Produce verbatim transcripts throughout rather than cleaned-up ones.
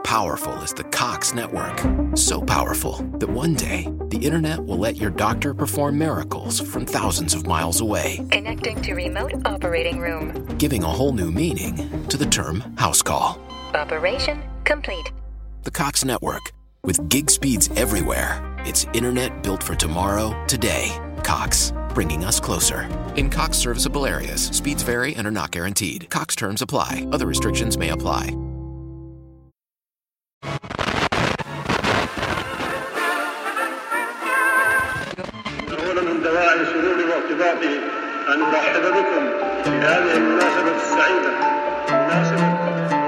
powerful is the Cox Network. So powerful that one day, the internet will let your doctor perform miracles from thousands of miles away. Connecting to remote operating room. Giving a whole new meaning to the term house call. Operation complete. The Cox Network. With gig speeds everywhere, it's internet built for tomorrow, today. Cox, bringing us closer. In Cox serviceable areas, speeds vary and are not guaranteed. Cox terms apply. Other restrictions may apply. من دواعي سروري وارتباطي أن أرحب بكم في هذه المناسبة السعيدة مناسبة.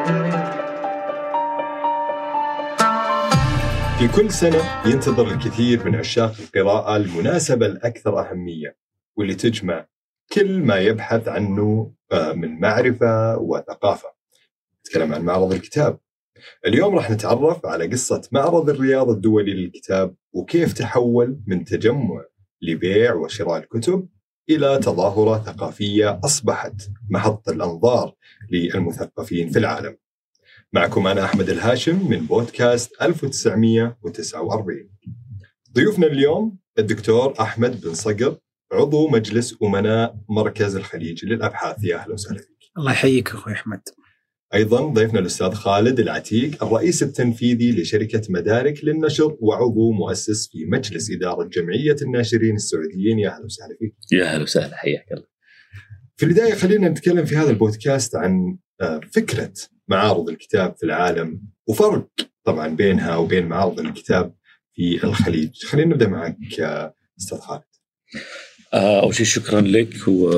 في كل سنة ينتظر الكثير من عشاق القراءة المناسبة الأكثر أهمية واللي تجمع كل ما يبحث عنه من معرفة وثقافة. نتكلم عن معرض الكتاب. اليوم راح نتعرف على قصة معرض الرياض الدولي للكتاب وكيف تحول من تجمع لبيع وشراء الكتب إلى تظاهرة ثقافية أصبحت محط الأنظار للمثقفين في العالم. معكم أنا أحمد الهاشم من بودكاست ألف وتسعمائة وتسعة وأربعين. ضيوفنا اليوم الدكتور أحمد بن صقر، عضو مجلس أمناء مركز الخليج للأبحاث. يا أهلا وسهلا فيك. الله يحييك أخوي أحمد. أيضا ضيفنا الأستاذ خالد العتيق، الرئيس التنفيذي لشركة مدارك للنشر وعضو مؤسس في مجلس إدارة جمعية الناشرين السعوديين. يا أهلا وسهلا فيك. يا أهلا وسهلا، حياك الله. في البداية خلينا نتكلم في هذا البودكاست عن فكرة معارض الكتاب في العالم وفرق طبعا بينها وبين معارض الكتاب في الخليج. خلينا نبدأ معك أستاذ خالد. أول شيء شكرا لك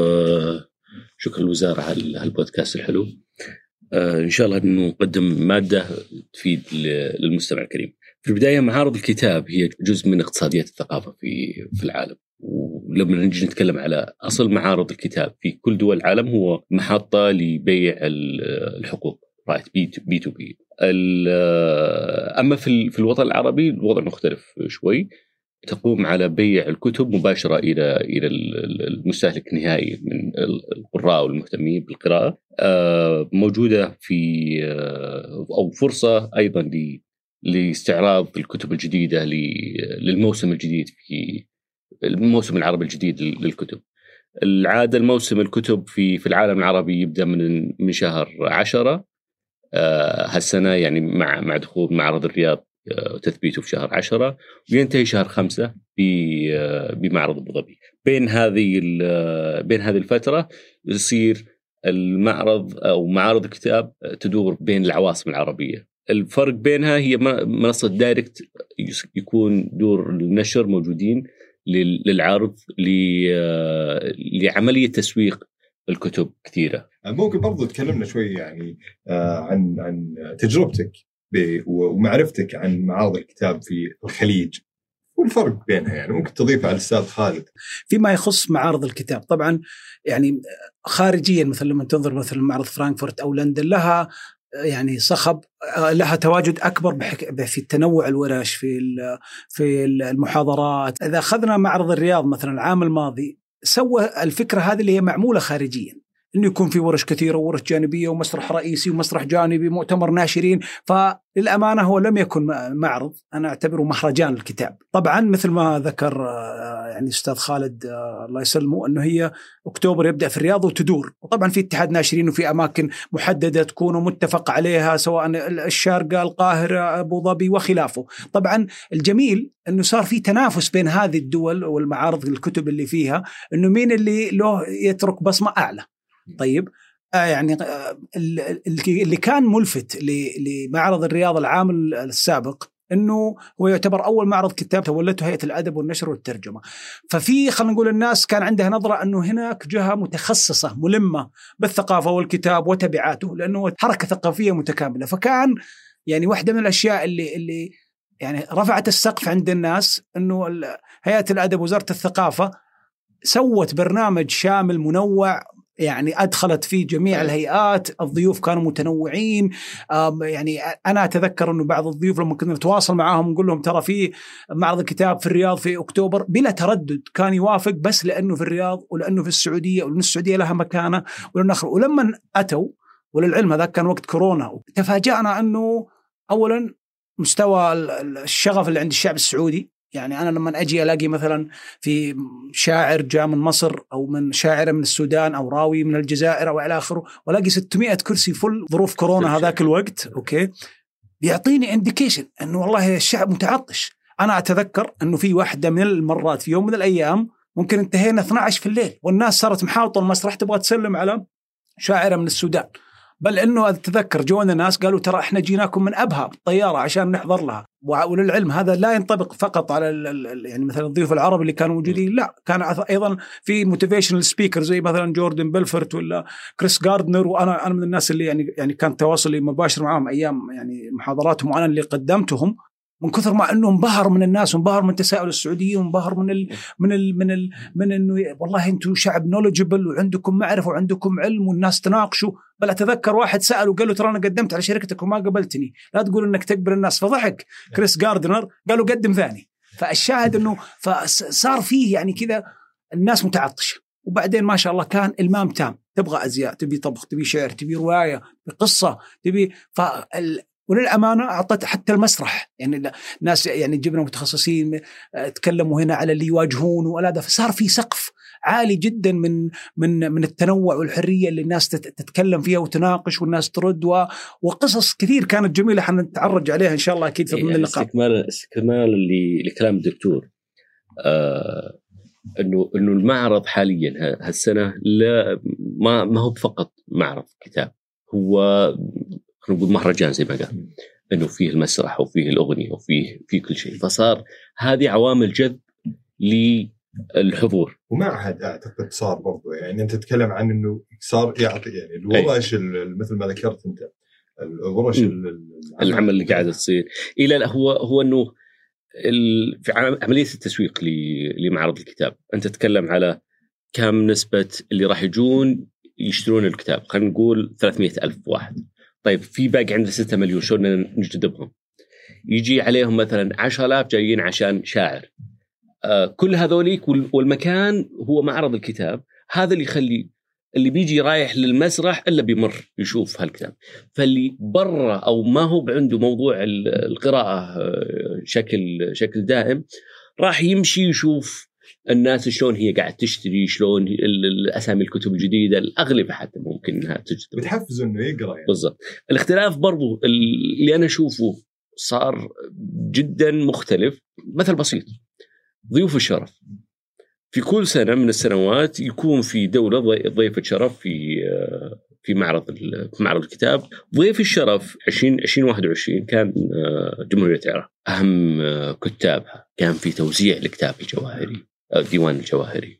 وشكرا الوزارة على هالبودكاست الحلو. إن شاء الله أنه نقدم مادة تفيد للمستمع الكريم. في البداية معارض الكتاب هي جزء من اقتصاديات الثقافة في في العالم، ولما نجي نتكلم على أصل معارض الكتاب في كل دول العالم هو محطة لبيع الحقوق، رايت بي بي تو بي. أما في في الوطن العربي الوضع مختلف شوي، تقوم على بيع الكتب مباشرة إلى إلى المستهلك النهائي من القراء والمهتمين بالقراءة. موجودة في أو فرصة أيضا لاستعراض الكتب الجديدة للموسم الجديد في الموسم العربي الجديد للكتب. العادة الموسم الكتب في في العالم العربي يبدأ من من شهر عشرة هالسنة، يعني مع مع دخول معرض الرياض تثبيته في شهر عشرة، وينتهي شهر خمسة بمعرض أبو ظبي. بين هذه بين هذه الفترة يصير المعرض أو معارض الكتاب تدور بين العواصم العربية. الفرق بينها هي منصة دايركت، يكون دور النشر موجودين للعرض لعملية تسويق الكتب كثيرة. ممكن برضو تكلمنا شوي يعني عن عن تجربتك ومعرفتك عن معارض الكتاب في الخليج والفرق بينها، يعني ممكن تضيف على الأستاذ خالد. فيما يخص معارض الكتاب طبعا يعني خارجيا مثل لما تنظر مثل معرض فرانكفورت أو لندن لها يعني صخب، لها تواجد أكبر في التنوع الورش في في المحاضرات. إذا أخذنا معرض الرياض مثلا العام الماضي سوى الفكرة هذه اللي هي معمولة خارجيا، إنه يكون في ورش كثيرة وورش جانبية ومسرح رئيسي ومسرح جانبي مؤتمر ناشرين. فللأمانة هو لم يكن معرض، أنا أعتبره مهرجان الكتاب. طبعا مثل ما ذكر يعني أستاذ خالد الله يسلمه أنه هي أكتوبر يبدأ في الرياض وتدور، وطبعا في اتحاد ناشرين وفي أماكن محددة تكون متفق عليها سواء الشارقة القاهرة أبو ظبي وخلافه. طبعا الجميل أنه صار في تنافس بين هذه الدول والمعارض الكتب اللي فيها، أنه مين اللي له يترك بصمة أعلى. طيب آه يعني آه اللي كان ملفت لمعرض الرياض العام السابق أنه هو يعتبر أول معرض كتاب تولته هيئة الأدب والنشر والترجمة. ففي خلينا نقول الناس كان عندها نظرة أنه هناك جهة متخصصة ملمة بالثقافة والكتاب وتبعاته، لأنه حركة ثقافية متكاملة. فكان يعني واحدة من الأشياء اللي اللي يعني رفعت السقف عند الناس أنه هيئة الأدب ووزارة الثقافة سوت برنامج شامل منوع، يعني أدخلت فيه جميع الهيئات، الضيوف كانوا متنوعين. يعني أنا أتذكر أنه بعض الضيوف لما كنا نتواصل معهم نقول لهم ترى في معرض الكتاب في الرياض في أكتوبر، بلا تردد كان يوافق، بس لأنه في الرياض ولأنه في السعودية ولأن السعودية لها مكانة ولأن آخر. ولما أتوا وللعلم هذا كان وقت كورونا، تفاجأنا أنه اولا مستوى الشغف اللي عند الشعب السعودي. يعني أنا لما أجي ألاقي مثلا في شاعر جاء من مصر أو من شاعر من السودان أو راوي من الجزائر أو إلى آخره، ولاقي ستمائة كرسي فل ظروف كورونا هذاك الوقت، أوكي، بيعطيني إنديكيشن إنه والله الشعب متعطش. أنا أتذكر إنه في واحدة من المرات في يوم من الأيام ممكن انتهينا اثني عشر في الليل والناس صارت محاوطة المسرح تبغى تسلم على شاعرة من السودان، بل إنه أتذكر جونا ناس قالوا ترى إحنا جيناكم من أبها بالطيارة عشان نحضر لها. وللعلم هذا لا ينطبق فقط على يعني مثلا الضيوف العرب اللي كانوا موجودين، لا، كان أيضا في موتيفيشنال سبيكر زي مثلا جوردن بيلفورت ولا كريس جاردنر. وأنا أنا من الناس اللي يعني يعني كان تواصلي مباشر معهم أيام يعني محاضراتهم، وأنا اللي قدمتهم من كثر ما انه انبهر من الناس وانبهر من تساؤل السعوديين وانبهر من ال من ال من ال من انه والله انتم شعب نولجبل وعندكم معرفه وعندكم علم والناس تناقشوا. بل اتذكر واحد سال وقال له ترى انا قدمت على شركتك وما قبلتني، لا تقول انك تقبل الناس. فضحك كريس جاردنر قالوا قدم ثاني. فالشاهد انه فصار فيه يعني كذا الناس متعطشه. وبعدين ما شاء الله كان المام تام، تبغى ازياء، تبي طبخ، تبي شعر، تبي روايه، تبي قصه، تبي فال وللأمانة أعطت حتى المسرح يعني ناس يعني جبنا متخصصين تكلموا هنا على اللي يواجهون ولا ده، فصار في سقف عالي جدا من من من التنوع والحرية اللي الناس تتكلم فيها وتناقش والناس ترد، وقصص كثير كانت جميلة حنتعرج عليها إن شاء الله أكيد في ضمن اللقاء. استكمال استكمال اللي لكلام الدكتور، آه إنه إنه المعرض حاليا هالسنة لا ما ما هو فقط معرض كتاب، هو نقول مهرجان زي ما قال، إنه فيه المسرح وفيه الأغنية وفيه فيه كل شيء. فصار هذه عوامل جذب للحضور. ومعهد أعتقد صار برضو، يعني أنت تتكلم عن إنه صار يعطي يعني الورش مثل ما ذكرت أنت الورش العمل اللي قاعدة تصير إلى هو هو إنه في عملية التسويق لمعرض الكتاب. أنت تتكلم على كم نسبة اللي راح يجون يشترون الكتاب، خلينا نقول ثلاثمائة ألف واحد. طيب في باقي عندنا ستة مليون، شلون نجذبهم؟ يجي عليهم مثلا عشرة آلاف جايين عشان شاعر، آه كل هذوليك والمكان هو معرض الكتاب. هذا اللي يخلي اللي بيجي رايح للمسرح إلا بيمر يشوف هالكتاب. فاللي برا أو ما هو عنده موضوع القراءة شكل شكل دائم راح يمشي يشوف الناس شلون هي قاعد تشتري، شلون الأسامي الكتب الجديدة الأغلبة حتى ممكن إنها تجذب، بتحفز إنه يقرأ يعني. بالضبط. الاختلاف برضو اللي أنا أشوفه صار جدا مختلف. مثل بسيط، ضيوف الشرف في كل سنة من السنوات يكون في دولة ضيفة شرف في في معرض في معرض الكتاب. ضيف الشرف عشرين عشرين واحد وعشرين كان جمهورية العراق، أهم كتابها. كان في توزيع لكتاب الجواهري، ديوان الجواهري،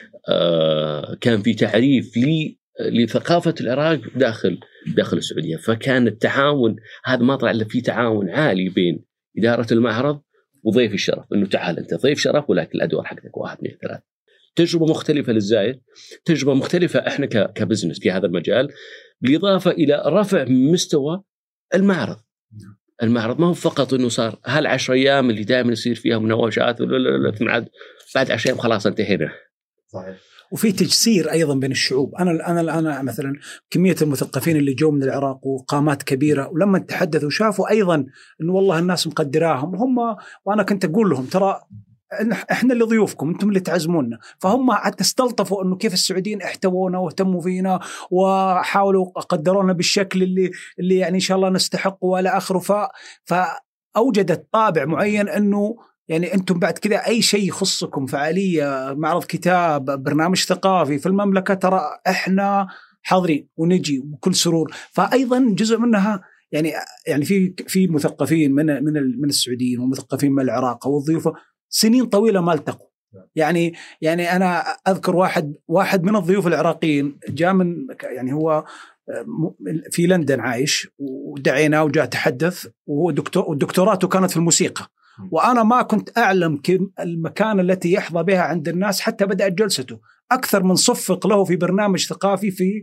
كان في تعريف لثقافة العراق داخل داخل السعودية. فكان التعاون هذا ما طلع إلا في تعاون عالي بين إدارة المعرض وضيف الشرف، إنه تعال أنت ضيف شرف ولكن الأدوار حقتك واحد اثنين ثلاثة. تجربة مختلفة للزائر، تجربة مختلفة إحنا كبزنس في هذا المجال، بالإضافة إلى رفع مستوى المعرض. المعرض ما هو فقط إنه صار هالعشر أيام اللي دائما يصير فيها مناوشات ولا بعد بعد عشر أيام خلاص انتهينا. صحيح. وفي تجسير أيضا بين الشعوب. أنا أنا أنا مثلا كمية المثقفين اللي جو من العراق وقامات كبيرة، ولما تحدثوا شافوا أيضا إنه والله الناس مقدراهم وهم، وأنا كنت أقول لهم ترى إحنا اللي ضيوفكم، أنتم اللي تعزمونا. فهم حتى استلطفوا إنه كيف السعوديين احتوونا واهتموا فينا وحاولوا قدرونا بالشكل اللي اللي يعني إن شاء الله نستحقه وإلى آخره. ف فأوجدت طابع معين إنه يعني أنتم بعد كذا أي شيء يخصكم، فعالية، معرض كتاب، برنامج ثقافي في المملكة، ترى إحنا حاضرين ونجي بكل سرور. فأيضا جزء منها يعني يعني في في مثقفين من من من السعوديين ومثقفين من العراق والضيوف سنين طويلة ما التقوا. يعني يعني أنا أذكر واحد واحد من الضيوف العراقيين جاء من يعني هو في لندن عايش، ودعيناه وجاء تحدث، وهو دكتور ودكتوراته كانت في الموسيقى. وأنا ما كنت أعلم المكان التي يحظى بها عند الناس حتى بدأت جلسته. أكثر من صفق له في برنامج ثقافي في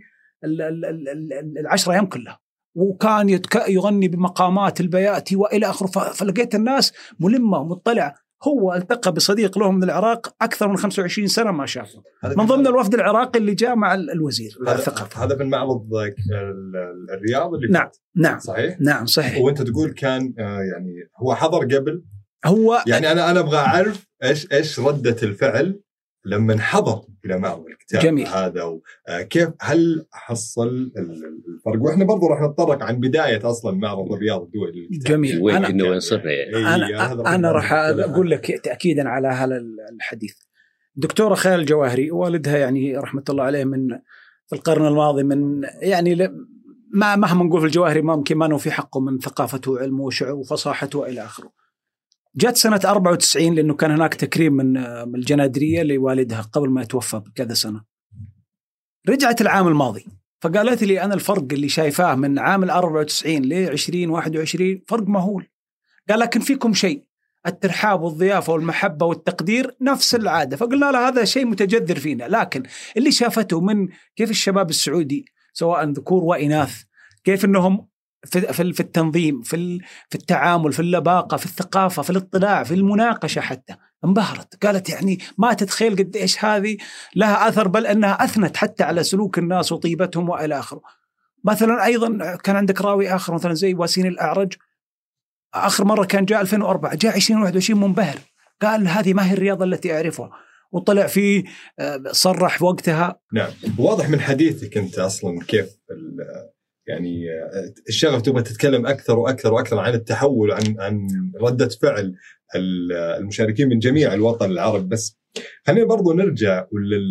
العشرة أيام كلها، وكان يغني بمقامات البياتي وإلى آخره. فلقيت الناس ملمة ومطلعة. هو التقى بصديق له من العراق أكثر من خمسة وعشرين سنة ما شافه، من ضمن الوفد العراقي اللي جاء مع الوزير الثقافة. هذا من معرض الرياض اللي نعم نعم صحيح نعم صحيح. وانت تقول كان يعني هو حضر قبل، هو يعني انا انا ابغى اعرف ايش ايش ردة الفعل لما حضر الى معرض الكتاب جميل. هذا، وكيف هل حصل الفرق؟ واحنا برضو راح نتطرق عن بدايه اصلا معرض الرياض الدولي للكتاب. جميل. وين أنا انه وين صرنا يعني. انا انا راح اقول لك تاكيدا على هذا الحديث. دكتوره خيال الجواهري والدها يعني رحمه الله عليه من في القرن الماضي، من يعني ما مهما نقول في الجواهري ما ممكن ما نوفي حقه من ثقافته وعلمه وشعره وفصاحته والى اخره. جت سنة أربعة وتسعين لأنه كان هناك تكريم من من الجنادرية لوالدها قبل ما يتوفى بكذا سنة. رجعت العام الماضي فقالت لي أنا الفرق اللي شايفاه من عام أربعة وتسعين ل عشرين واحد وعشرين فرق مهول. قال لكن فيكم شيء، الترحاب والضيافة والمحبة والتقدير نفس العادة. فقلنا له هذا شيء متجذر فينا، لكن اللي شافته من كيف الشباب السعودي سواء ذكور وإناث كيف أنهم في في التنظيم، في في التعامل، في اللباقة، في الثقافة، في الاطلاع، في المناقشة، حتى انبهرت. قالت يعني ما تتخيل قد إيش هذه لها أثر، بل أنها أثنت حتى على سلوك الناس وطيبتهم وإلى آخره. مثلا أيضا كان عندك راوي آخر مثلا زي واسين الأعرج، آخر مرة كان جاء ألفين وأربعة، جاء عشرين واحد وعشرين منبهر، قال هذه ما هي الرياضة التي أعرفها، وطلع فيه صرح وقتها. نعم، واضح من حديثك أنت أصلا كيف يعني الشغف تبغى تتكلم أكثر وأكثر وأكثر عن التحول، عن عن ردة فعل المشاركين من جميع الوطن العربي. بس خلينا برضو نرجع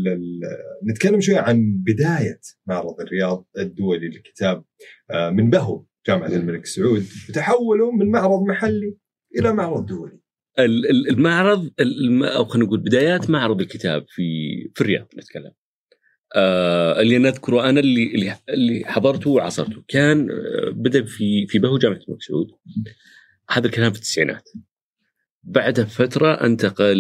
نتكلم شوية عن بداية معرض الرياض الدولي للكتاب من بهو جامعة الملك سعود، وتحوله من معرض محلي إلى معرض دولي. المعرض أو خلينا نقول بدايات معرض الكتاب في في الرياض نتكلم. آه اللي نذكره أنا اللي اللي حضرته وعصرته كان بدأ في في بهو جامعة الملك سعود. هذا الكلام في التسعينات. بعد فترة انتقل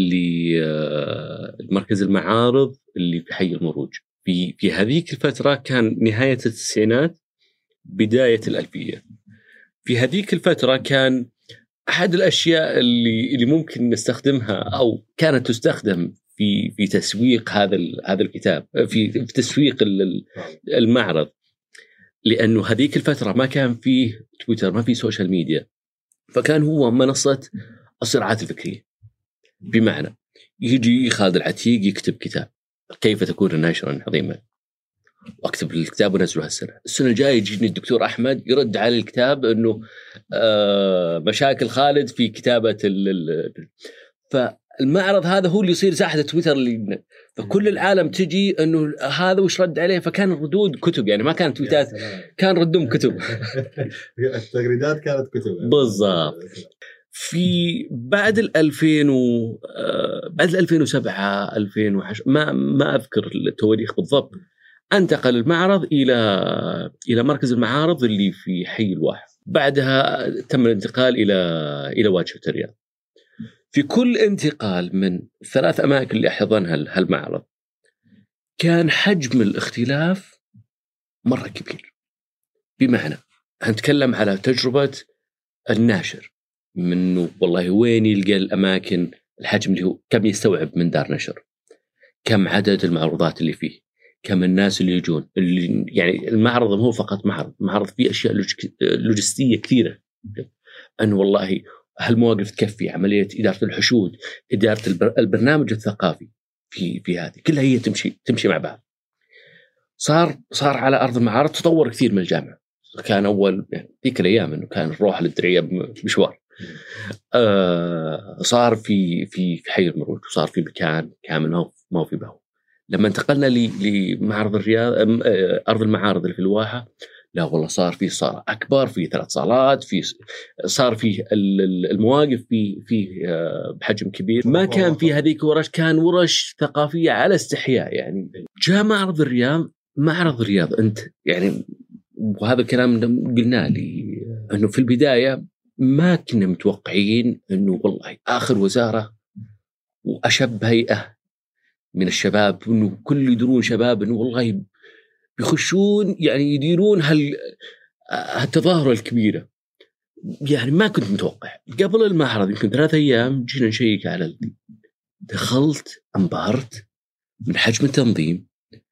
لمركز المعارض اللي في حي المروج. في في هذيك الفترة كان نهاية التسعينات بداية الألفية. في هذيك الفترة كان أحد الأشياء اللي اللي ممكن نستخدمها أو كانت تستخدم في في تسويق هذا هذا الكتاب، في في تسويق المعرض، لأنه هذيك الفترة ما كان فيه تويتر، ما فيه سوشيال ميديا، فكان هو منصة الصراعات الفكرية. بمعنى يجي خالد العتيق يكتب كتاب كيف تكون ناشرا عظيما، واكتب الكتاب ونزله هالسنة. السنة الجاية يجيني الدكتور أحمد يرد على الكتاب أنه آه مشاكل خالد في كتابة ال فالمعرض هذا هو اللي يصير ساحة تويتر اللي فكل العالم تجي أنه هذا وش رد عليه. فكان الردود كتب، يعني ما كانت تويتات، كان ردهم كتب. التغريدات كانت كتب بالضبط. في بعد الألفين و بعد الألفين وسبعة ألفين وعشرة ما ما أذكر التواريخ بالضبط، انتقل المعرض إلى إلى مركز المعارض اللي في حي الواحة. بعدها تم الانتقال إلى إلى واجهة الرياض. في كل انتقال من ثلاث أماكن اللي أحضنها هالمعرض كان حجم الاختلاف مرة كبير. بمعنى هنتكلم على تجربة الناشر، منه والله وين يلقى الأماكن، الحجم اللي هو كم يستوعب من دار نشر، كم عدد المعروضات اللي فيه، كم الناس اللي يجون، اللي يعني المعرض مو هو فقط معرض، معرض فيه أشياء لوجستية كثيرة. أنه والله هالمواقف تكفي عملية إدارة الحشود، إدارة البرنامج الثقافي في في هذه كلها هي تمشي تمشي مع بعض. صار صار على أرض المعارض تطور كثير من الجامعة. كان أول يعني ذيك الأيام إنه كان نروح للدرية بمشوار، آه صار في في في حي المروج، وصار في مكان كامل ما هو في بهو. لما انتقلنا لمعرض الرياض أرض المعارض اللي في الواحة، لا والله صار في صار أكبر، في ثلاث صالات، في صار في المواقف في في بحجم كبير. ما كان في هذيك ورش، كان ورش ثقافية على استحياء. يعني جاء معرض الرياض، معرض الرياض أنت يعني، وهذا الكلام قلنا لي أنه في البداية ما كنا متوقعين أنه والله آخر وزارة وأشب هيئة من الشباب، أنه كل يدرون شباب أنه والله بيخشون يعني يديرون هال هالتظاهرة الكبيرة. يعني ما كنت متوقع. قبل المعرض يمكن ثلاثة أيام جينا نشيك على ال... دخلت انبهرت من حجم التنظيم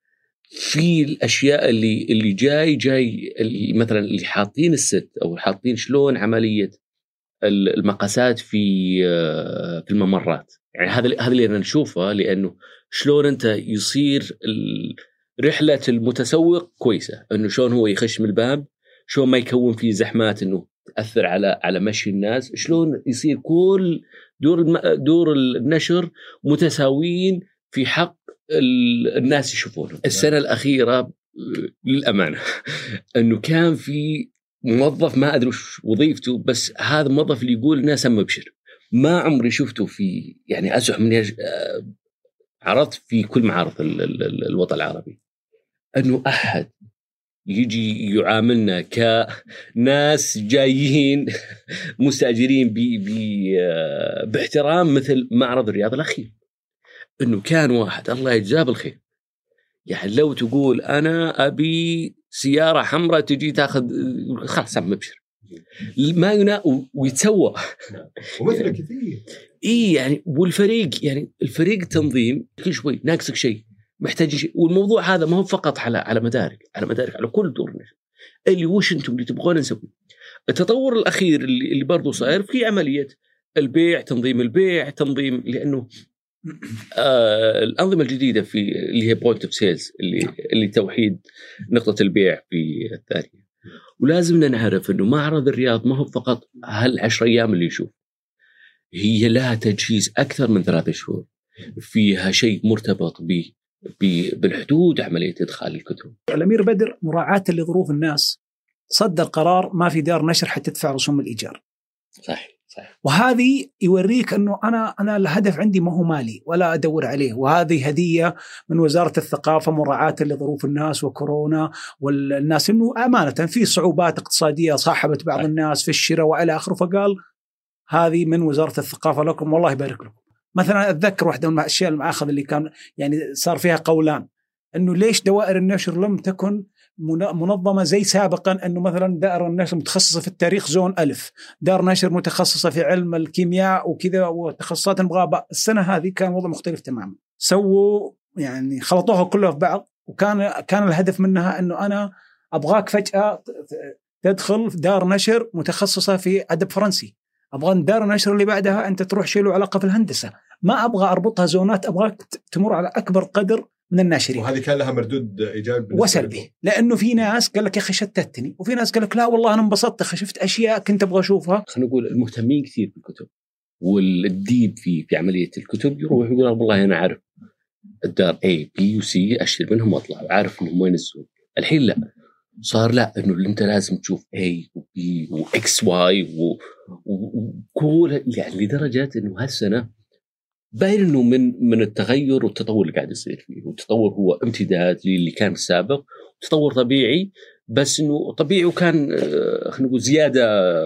في الأشياء اللي اللي جاي جاي اللي مثلا اللي حاطين الست أو حاطين شلون عملية المقاسات في في الممرات. يعني هذا هذا اللي أنا نشوفه، لأنه شلون أنت يصير رحلة المتسوق كويسة، إنه شلون هو يخش من الباب، شلون ما يكون فيه زحمات إنه تأثر على على مشي الناس، شلون يصير كل دور الم... دور النشر متساويين في حق الناس يشوفونه. السنة الأخيرة للأمانة إنه كان في موظف ما أدري وش وظيفته، بس هذا الموظف اللي يقول الناس أما بشر، ما عمري شفته في يعني أزح من يج... عرضت في كل معارض ال... ال... الوطن العربي، إنه أحد يجي يعاملنا كناس جايين مستأجرين بي بي باحترام مثل معرض الرياض الأخير. إنه كان واحد الله يجزاه بالخير، يعني لو تقول أنا أبي سيارة حمراء تجي تأخذ خلاص سام مبشر ما ينا ويتسوى ومثل كثير. إيه يعني والفريق يعني الفريق تنظيم كل شوي ناقصك شيء محتاج شيء. والموضوع هذا ما هو فقط على على مدارك على مدارك على كل دور نشر اللي وش أنتم اللي تبغون نسوي. التطور الأخير اللي اللي برضو صاير في عملية البيع، تنظيم البيع، تنظيم لأنه آه الأنظمة الجديدة في اللي هي بوينت اوف سيلز اللي اللي توحيد نقطة البيع في الثانية. ولازمنا نعرف إنه معرض الرياض ما هو فقط هالعشر أيام اللي يشوف، هي لها تجهيز أكثر من ثلاثة شهور، فيها شيء مرتبط ب بالحدود عملية إدخال الكتب. الأمير بدر مراعاة لظروف الناس صدر قرار ما في دار نشر حتى تدفع رسوم الإيجار. صحيح صحيح. وهذه يوريك أنه أنا أنا الهدف عندي ما هو مالي ولا أدور عليه، وهذه هدية من وزارة الثقافة مراعاة لظروف الناس وكورونا والناس، إنه أمانة في صعوبات اقتصادية صاحبت بعض الناس في الشراء وإلى آخره، فقال هذه من وزارة الثقافة لكم والله يبارك لكم. مثلا أتذكر واحدة من الأشياء المآخذ اللي كان يعني صار فيها قولان، أنه ليش دوائر النشر لم تكن منظمة زي سابقا، أنه مثلا دائرة النشر متخصصة في التاريخ زون ألف، دار نشر متخصصة في علم الكيمياء وكذا وتخصصات نبغاها. السنة هذه كان وضع مختلف تماما، سووا يعني خلطوها كلها في بعض، وكان كان الهدف منها أنه أنا أبغاك فجأة تدخل في دار نشر متخصصة في أدب فرنسي، أبغى دار النشر اللي بعدها أنت تروح شيء له علاقة في الهندسة، ما أبغى أربطها زونات، أبغاك تمر على أكبر قدر من الناشرين. وهذه كان لها مردود إيجابي وسلبي، لأنه في ناس قال لك يا أخي شتتني، وفي ناس قال لك لا والله أنا انبسطت شفت أشياء كنت أبغى أشوفها. خلينا نقول المهتمين كثير بالكتب والديب في في عملية الكتب يروح يقول والله أنا عارف الدار A B و C أشتري منهم وأطلع عارف إنهم وين السوق. الحين لا، صار لا، إنه اللي أنت لازم تشوف A و B و X Y وكل يعني لدرجة إنه هالسنة باين إنه من من التغير والتطور اللي قاعد يصير فيه، والتطور هو امتداد للي كان السابق، تطور طبيعي، بس إنه طبيعي وكان خلينا نقول زيادة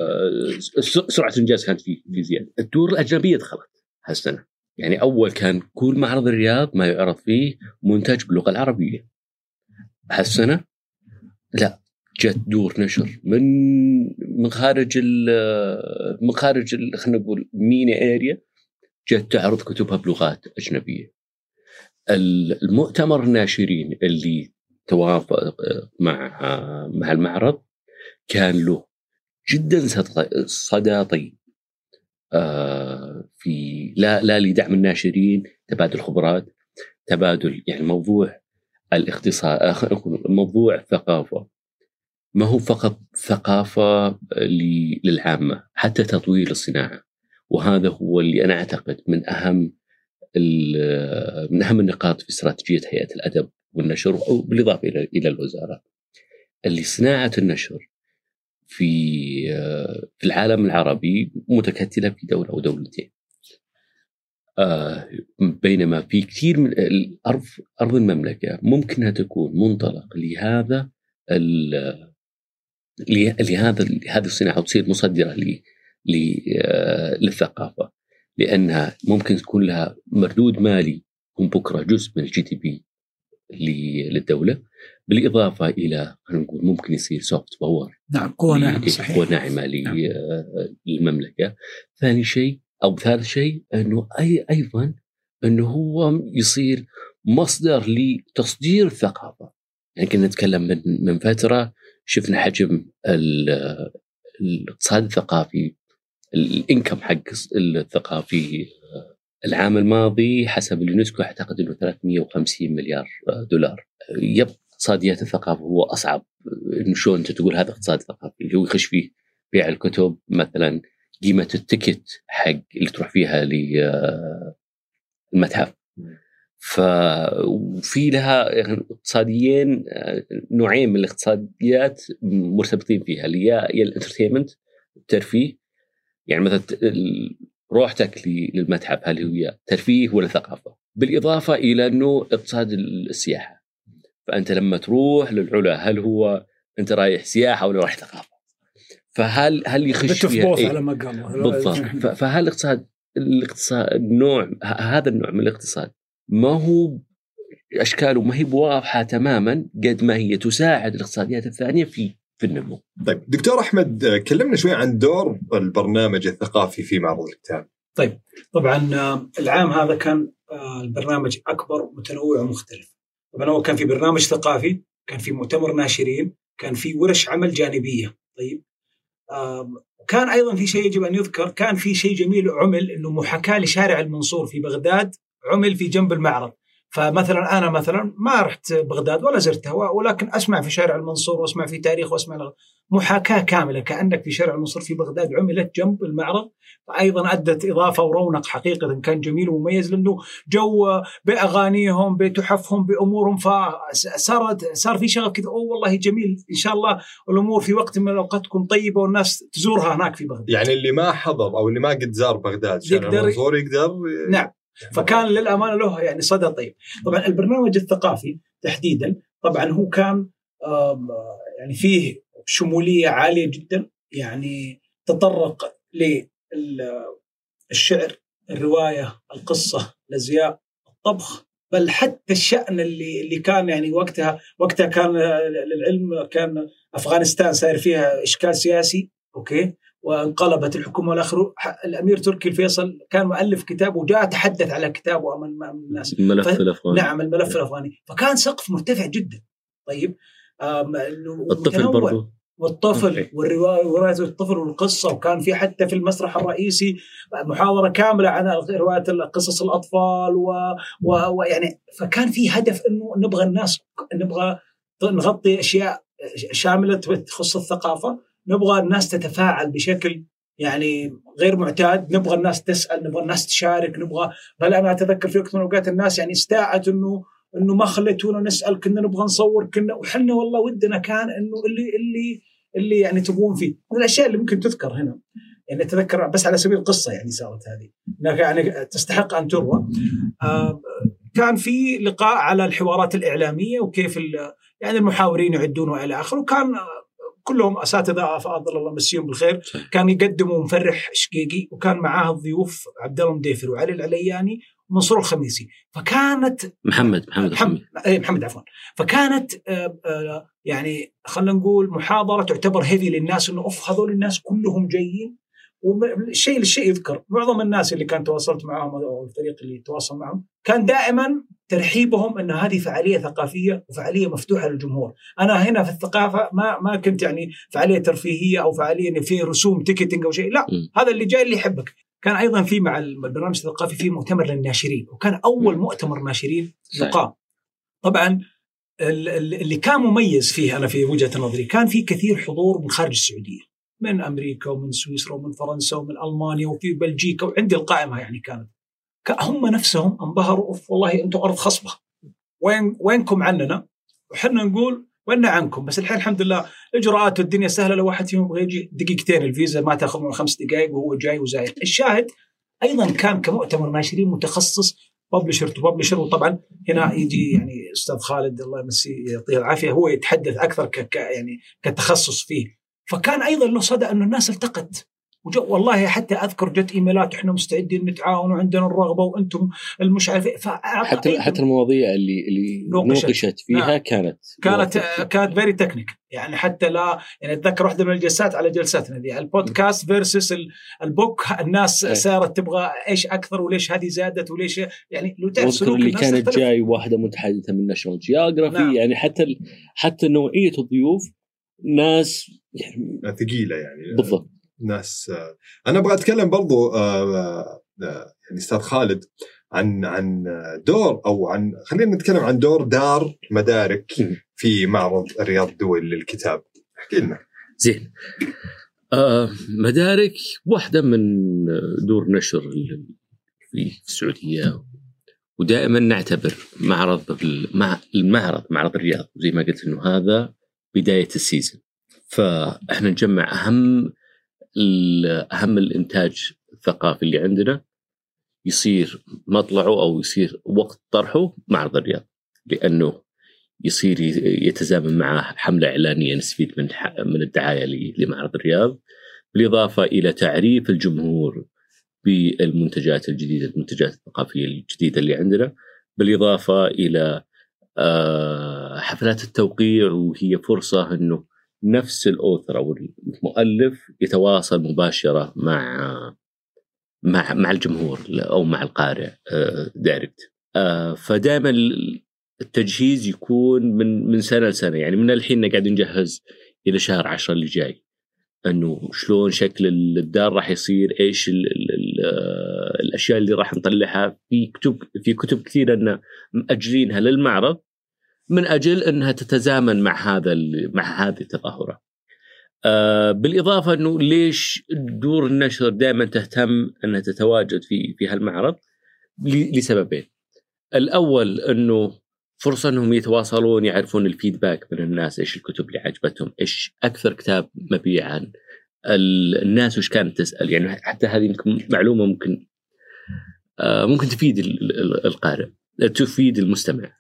سرعة الإنجاز كانت فيه في زيادة. الدور الأجنبية دخلت هالسنة، يعني أول كان كل معرض الرياض ما يعرض فيه منتج باللغة العربية، هالسنة لا، جت دور نشر من من خارج ال من خارج خلينا نقول مينا اريا، جت تعرض كتبها بلغات أجنبية. المؤتمر الناشرين اللي توافق مع مع المعرض كان له جدا صدى طيب في لا لا لدعم الناشرين، تبادل خبرات، تبادل يعني موضوع الاختصاص، موضوع ثقافة ما هو فقط ثقافة للعامة، حتى تطوير الصناعة. وهذا هو اللي أنا أعتقد من أهم من أهم النقاط في استراتيجية هيئة الأدب والنشر، بالإضافة إلى إلى الوزارة، اللي صناعة النشر في في العالم العربي متكتلة في دولة أو دولتين، بينما في كثير من الأرض أرض المملكة ممكنها تكون منطلق لهذا لهذا لهذه الصناعة وتصير مصدرة للثقافة، لأنها ممكن تكون لها مردود مالي يكون بكرة جزء من الجي دي بي للدولة، بالإضافة إلى نقول ممكن يصير سوفت باور، نعم قوة ناعمة صحيح، قوة ناعمة للمملكة. ثاني شيء أو ثالث شيء أنه أي أيضا أنه هو يصير مصدر لتصدير الثقافة. يعني كنا نتكلم من من فترة شفنا حجم الاقتصاد الثقافي، الانكم حق الثقافي العام الماضي حسب اليونسكو أعتقد أنه ثلاثمئة وخمسين مليار دولار. يبقى اقتصاديات الثقافة هو أصعب، إنه شو أنت تقول هذا اقتصاد ثقافي، هو يخش فيه بيع الكتب مثلا، قيمة التيكت حق اللي تروح فيها للمتحف. ففي لها اقتصاديين، نوعين من الاقتصاديات مرتبطين فيها، اللي هي الانترتينمنت الترفيه. يعني مثلا روحتك للمتحف هل هي ترفيه ولا ثقافة؟ بالإضافة إلى أنه اقتصاد السياحة، فأنت لما تروح للعلا هل هو أنت رايح سياحة ولا رايح ثقافة؟ فهل هل يخش فيها إيه؟ على ما قالوا بالضبط. فهل الاقتصاد الاقتصاد النوع هذا النوع من الاقتصاد ما هو أشكاله ما هي واضحة تماما قد ما هي تساعد الاقتصاديات الثانية في في النمو. طيب دكتور أحمد، كلمنا شوي عن دور البرنامج الثقافي في معرض الكتاب. طيب طبعا العام هذا كان البرنامج أكبر متنوع ومختلف. طبعا هو كان في برنامج ثقافي، كان في مؤتمر ناشرين، كان في ورش عمل جانبية. طيب كان أيضا في شيء يجب أن يذكر، كان في شيء جميل عمل، إنه محاكاة لشارع المنصور في بغداد عمل في جنب المعرض. فمثلا أنا مثلا ما رحت بغداد ولا زرتها، ولكن أسمع في شارع المنصور وأسمع في تاريخ وأسمع لغة. محاكاة كاملة كأنك في شارع المنصور في بغداد عملت جنب المعرض. فأيضا أدت إضافة ورونق حقيقة، كان جميل ومميز، لأنه جو بأغانيهم بتحفهم بأمورهم، فصارت صار في شغف كذا. أوه والله جميل، إن شاء الله الأمور في وقت من الأوقات تكون طيبة والناس تزورها هناك في بغداد. يعني اللي ما حضر أو اللي ما قد زار بغداد شارع المنصور يقدر. نعم. فكان للأمانة له يعني صدى طيب. طبعا البرنامج الثقافي تحديدا طبعا هو كان يعني فيه شمولية عالية جدا، يعني تطرق للشعر، الرواية، القصة، الأزياء، الطبخ، بل حتى الشأن اللي اللي كان يعني وقتها وقتها كان للعلم كان أفغانستان صار فيها إشكال سياسي، أوكي، وانقلبت الحكومة والآخر. الأمير تركي الفيصل كان مؤلف كتاب وجاء تحدث على كتابه أمام الناس، الملف ف... الأفغاني. نعم الملف الأفغاني. فكان سقف مرتفع جدا. طيب الطفل برضو، والطفل والرواية ورواية الطفل والقصة، وكان في حتى في المسرح الرئيسي محاضرة كاملة عن رواية قصص الأطفال ويعني و... فكان في هدف إنه نبغى الناس نبغى نغطي أشياء شاملة تخص الثقافة، نبغى الناس تتفاعل بشكل يعني غير معتاد، نبغى الناس تسأل، نبغى الناس تشارك، نبغى بل أنا أتذكر في وقت من الأوقات الناس يعني استاءت إنه إنه ما خليتونا نسأل، كنا نبغى نصور، كنا وحنا والله ودنا كان إنه اللي اللي اللي يعني تبغون فيه. من الأشياء اللي ممكن تذكر هنا يعني أتذكر بس على سبيل القصة يعني صارت هذه يعني تستحق أن تروى. آه كان في لقاء على الحوارات الإعلامية وكيف يعني المحاورين يعدون وإلى آخره، وكان كلهم أساتذة فاضل الله مسيهم بالخير. كان يقدموا مفرح شقيقي، وكان معاه الضيوف عبد الله مديفر وعلي العلياني ومنصور الخميسي. فكانت محمد محمد محمد, محمد عفوا. فكانت آآ آآ يعني خلينا نقول محاضرة تعتبر هذي للناس، إنه أوف هذول الناس كلهم جايين. والشيء للشيء يذكر معظم الناس اللي كان تواصلت معهم أو الفريق اللي تواصل معهم كان دائما ترحيبهم أن هذه فعالية ثقافية وفعالية مفتوحة للجمهور. أنا هنا في الثقافة ما ما كنت يعني فعالية ترفيهية أو فعالية فيه رسوم تيكتينج أو شيء، لا م. هذا اللي جاي اللي يحبك. كان أيضا في مع البرنامج الثقافي في مؤتمر للناشرين، وكان أول م. مؤتمر ناشرين يقام. طبعا اللي كان مميز فيه أنا في وجهة نظري كان في كثير حضور من خارج السعودية، من أمريكا ومن سويسرا ومن فرنسا ومن ألمانيا وفي بلجيكا، وعندي القائمة يعني كانت هم نفسهم انبهروا، والله أنتم أرض خصبة، وين وينكم عننا؟ وحنا نقول وين عنكم؟ بس الحين الحمد لله إجراءات الدنيا سهلة، لو واحد فيهم يجي دقيقتين الفيزا ما تأخذ من خمس دقائق وهو جاي وزايد. الشاهد أيضا كان كمؤتمر ناشرين متخصص ببلشر تو ببلشر، وطبعا هنا يجي يعني أستاذ خالد الله يمسيه يعطيه العافية هو يتحدث أكثر ك يعني كتخصص فيه. فكان أيضا له صدى أنه الناس التقت وجو والله حتى أذكر جت إيميلات إحنا مستعدين نتعاون وعندنا الرغبة وأنتم المش عارف. حتى حتى المواضيع اللي اللي نوقشت, نوقشت فيها نعم. كانت كانت كانت فيري تكنيك يعني. حتى لا يعني أتذكر واحدة من الجلسات على جلساتنا دي البودكاست فيرسس البوك، الناس أي. صارت تبغى إيش أكثر وليش هذه زادت وليش يعني لو تعرف سلوك اللي الناس كانت تختلف. جاي واحدة متحدثة من ناشونال جيوغرافي نعم. يعني حتى حتى نوعية الضيوف ناس يعني ثقيلة يعني بالضبط. ناس أنا أبغى أتكلم برضو يعني أستاذ خالد عن عن دور أو عن خلينا نتكلم عن دور دار مدارك في معرض الرياض الدولي للكتاب. احكي لنا. زين. آه مدارك واحدة من دور نشر في السعودية، ودائما نعتبر معرض مع المعرض معرض الرياض زي ما قلت إنه هذا بداية السيزن، فإحنا نجمع أهم أهم الإنتاج الثقافي اللي عندنا يصير مطلعه أو يصير وقت طرحه معرض الرياض، لأنه يصير يتزامن معه حملة إعلانية نستفيد من من الدعاية لمعرض الرياض، بالإضافة إلى تعريف الجمهور بالمنتجات الجديدة المنتجات الثقافية الجديدة اللي عندنا، بالإضافة إلى حفلات التوقيع، وهي فرصة إنه نفس الأوثر أو المؤلف يتواصل مباشرة مع مع مع الجمهور أو مع القارئ دايركت. فدائما التجهيز يكون من من سنة لسنة، يعني من الحين قاعد نجهز إلى شهر عشرة اللي جاي أنه شلون شكل الدار راح يصير، إيش ال ال ال الأشياء اللي راح نطلعها في كتب في كتب كثيرة أن مأجلينها للمعرض من أجل أنها تتزامن مع هذا مع هذه التظاهرة. آه بالإضافة أنه ليش دور النشر دائما تهتم أنها تتواجد في في هالمعرض لسببين. الأول أنه فرصة أنهم يتواصلون، يعرفون الفيدباك من الناس، إيش الكتب اللي عجبتهم، إيش أكثر كتاب مبيعاً، الناس وش كانت تسأل، يعني حتى هذه ممكن معلومة ممكن آه ممكن تفيد القارئ، تفيد المستمع.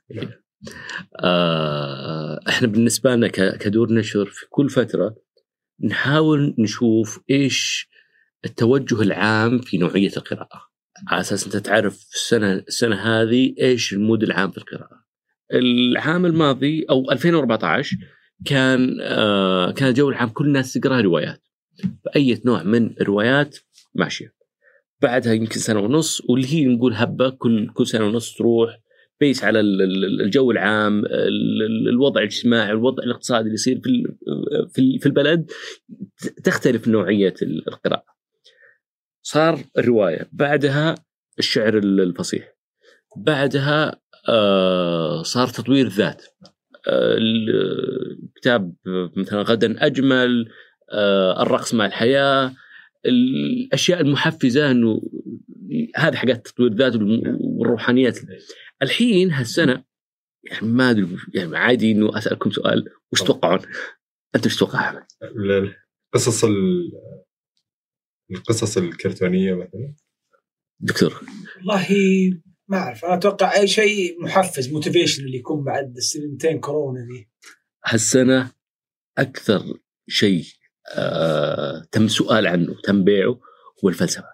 آه إحنا بالنسبة لنا كدور نشر في كل فترة نحاول نشوف إيش التوجه العام في نوعية القراءة، على أساس أنت تعرف السنة السنة هذه إيش المود العام في القراءة. العام الماضي أو ألفين وأربعة عشر كان آه كان الجو العام كل الناس تقرأ روايات، فأي نوع من الروايات ماشية. بعدها يمكن سنة ونص واللي هي نقول هبة، كل كل سنة ونص تروح بيس على الجو العام، الوضع الاجتماعي، الوضع الاقتصادي اللي يصير في في البلد، تختلف نوعية القراءة. صار الرواية، بعدها الشعر الفصيح، بعدها آه صار تطوير الذات، آه الكتاب مثلا غدا أجمل، آه الرقص مع الحياة، الأشياء المحفزة، إنه هذه حاجات تطوير الذات والروحانيات. الحين هالسنة يعني ما أدري، يعني عادي إنه أسألكم سؤال، وش تتوقعون؟ أنت وش تتوقع؟ قصص القصص الكرتونية مثلا دكتور؟ والله ما أعرف، أنا أتوقع أي شيء محفز موتيفيشن اللي يكون بعد السنتين كورونا دي. هالسنة أكثر شيء آه تم سؤال عنه تم بيعه هو الفلسفة،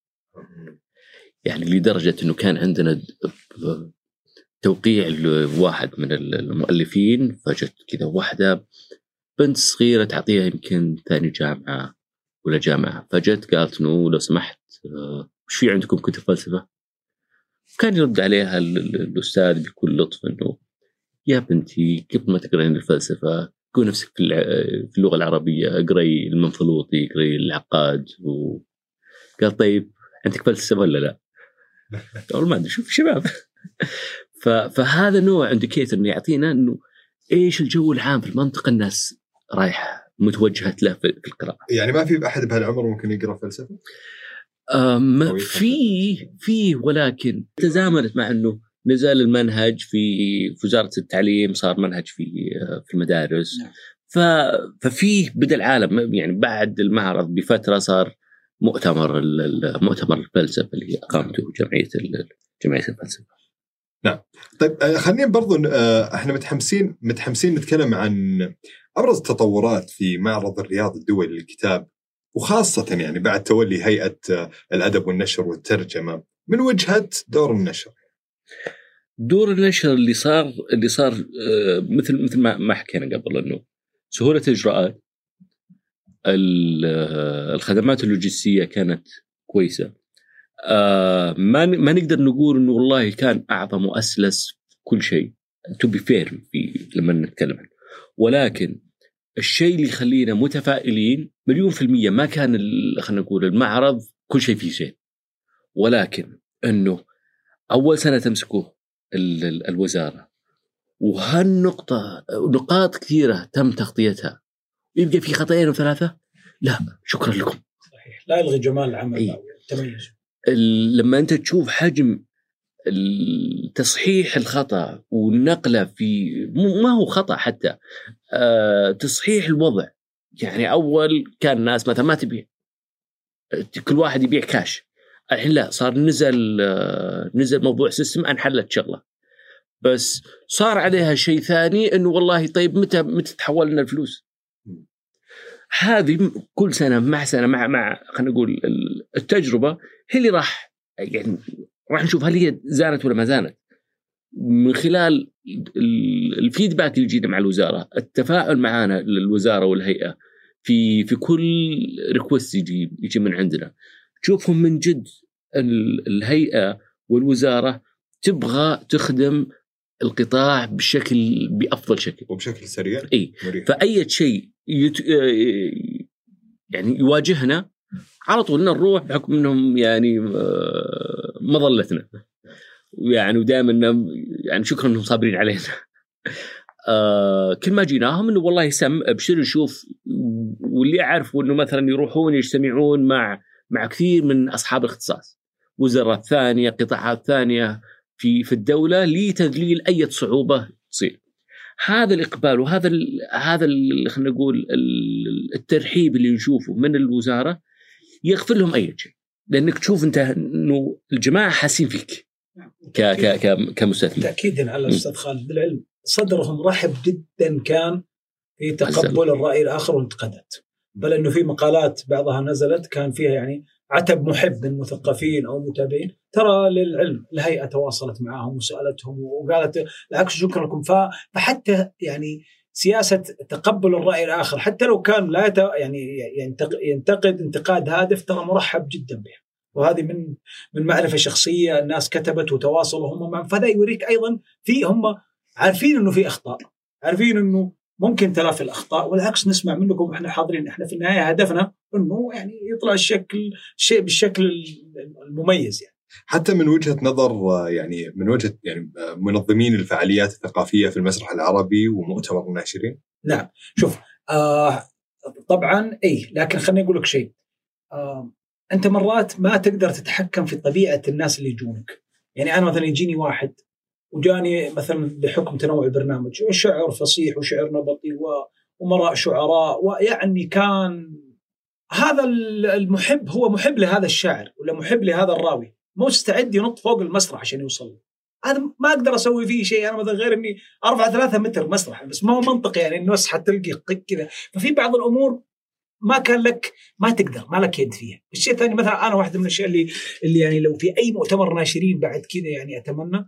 يعني لدرجة إنه كان عندنا توقيع لواحد من المؤلفين، فجت كذا واحدة بنت صغيرة تعطيها يمكن ثاني جامعة ولا جامعة، فجت قالت إنه لو سمحت وش في عندكم كتب فلسفة؟ كان يرد عليها الأستاذ بكل لطف إنه يا بنتي قبل ما تقرأين الفلسفة كون نفسك في اللغة العربية، اقرأي المنفلوطي، اقرأي العقاد. وقال طيب عندك فلسفة ولا لا؟ قال ما أدري، شوف شباب. فهذا نوع انديكيتر إنه يعطينا إنه إيش الجو العام في المنطقة، الناس رايحة متوجهة له في القراءة. يعني ما في أحد بهالعمر ممكن يقرأ فلسفة؟ أم في في ولكن تزامنت مع إنه نزل المنهج في وزارة التعليم، صار منهج في في المدارس. ففيه بدأ العالم يعني بعد المعرض بفترة صار مؤتمر المؤتمر الفلسفة اللي أقامته جمعية جمعية الفلسفة. نعم. طيب خلينا برضو احنا متحمسين متحمسين نتكلم عن أبرز التطورات في معرض الرياض الدولي للكتاب وخاصة يعني بعد تولي هيئة الأدب والنشر والترجمة، من وجهة دور النشر. دور النشر اللي صار اللي صار مثل مثل ما ما حكينا قبل، انه سهولة الإجراءات، الخدمات اللوجستية كانت كويسة. ما ما نقدر نقول انه والله كان اعظم واسلس كل شيء to be fair في لما نتكلم عنه، ولكن الشيء اللي يخلينا متفائلين مليون في المية ما كان خلينا نقول المعرض كل شيء فيه زين، ولكن انه اول سنة تمسكه الوزارة وهالنقطة نقاط كثيرة تم تغطيتها، يبقى في خطأين وثلاثة، لا شكرا لكم. صحيح، لا يلغي جمال العمل والتميز. لما أنت تشوف حجم تصحيح الخطأ والنقلة في ما هو خطأ حتى أه تصحيح الوضع، يعني أول كان الناس مثلا ما تبيع، كل واحد يبيع كاش، الحين لا، صار نزل نزل موضوع سيستم انحلت شغلة، بس صار عليها شيء ثاني إنه والله طيب متى متى تحول لنا الفلوس. هذه كل سنة مع سنة مع مع خلينا نقول التجربة هي اللي راح يعني راح نشوف هل هي زانت ولا ما زانت من خلال الفيدباك اللي يجينا مع الوزارة، التفاعل معنا للوزارة والهيئة في في كل ريكوست يجي يجي من عندنا، تشوفهم من جد الهيئة والوزارة تبغى تخدم القطاع بشكل بأفضل شكل وبشكل سريع. إيه، فأي شيء يت... يعني يواجهنا على طول نروح بحكم انهم يعني مظلتنا يعني، ودائما يعني شكرا انهم صابرين علينا. آه كل ما جيناهم انه والله سم ابشر نشوف، واللي اعرف انه مثلا يروحون يجتمعون مع مع كثير من اصحاب الاختصاص، وزارات ثانيه، قطاعات ثانيه في في الدوله لتذليل اي صعوبه تصير. هذا الإقبال وهذا ال هذا ال خلينا نقول الترحيب اللي نشوفه من الوزارة يغفر لهم أي شيء، لأنك تشوف أنت إنه الجماعة حاسين فيك ك ك ك كمستثمر. تأكيدا على الأستاذ خالد، بالعلم صدرهم رحب جدا كان في تقبل الرأي الآخر والانتقادات، بل إنه في مقالات بعضها نزلت كان فيها يعني عتب محب من مثقفين أو متابعين. ترى للعلم الهيئة تواصلت معهم وسألتهم وقالت العكس شكرا لكم. فحتى يعني سياسة تقبل الرأي الآخر حتى لو كان لا يعني ينتقد انتقاد هادف ترى مرحب جدا به، وهذه من من معرفة شخصية، الناس كتبت وتواصلوا هم معهم، فهذا يوريك أيضا في هم عارفين إنه في أخطاء، عارفين إنه ممكن تلافي الأخطاء، والعكس نسمع منكم وإحنا حاضرين. إحنا في النهاية هدفنا إنه يعني يطلع الشكل شيء بالشكل المميز يعني. حتى من وجهة نظر يعني من وجهة يعني منظمين الفعاليات الثقافية في المسرح العربي ومؤتمر الناشرين. نعم، شوف آه طبعا أي، لكن خليني أقول لك شيء. آه أنت مرات ما تقدر تتحكم في طبيعة الناس اللي يجونك. يعني أنا مثلا يجيني واحد وجاني مثلا بحكم تنوع البرنامج وشعر فصيح وشعر نبطي ومراء شعراء، ويعني كان هذا المحب هو محب لهذا الشاعر ولا محب لهذا الراوي، مستعد ينط فوق المسرح عشان يوصل. هذا ما أقدر أسوي فيه شيء أنا مثلا غير إني أرفع ثلاثة متر مسرح، بس ما هو منطقي يعني الناس حتلقي كذا. ففي بعض الأمور ما كان لك ما تقدر ما لك يد فيها. الشيء الثاني مثلا أنا واحدة من الأشياء اللي اللي يعني لو في أي مؤتمر ناشرين بعد كذا يعني أتمنى،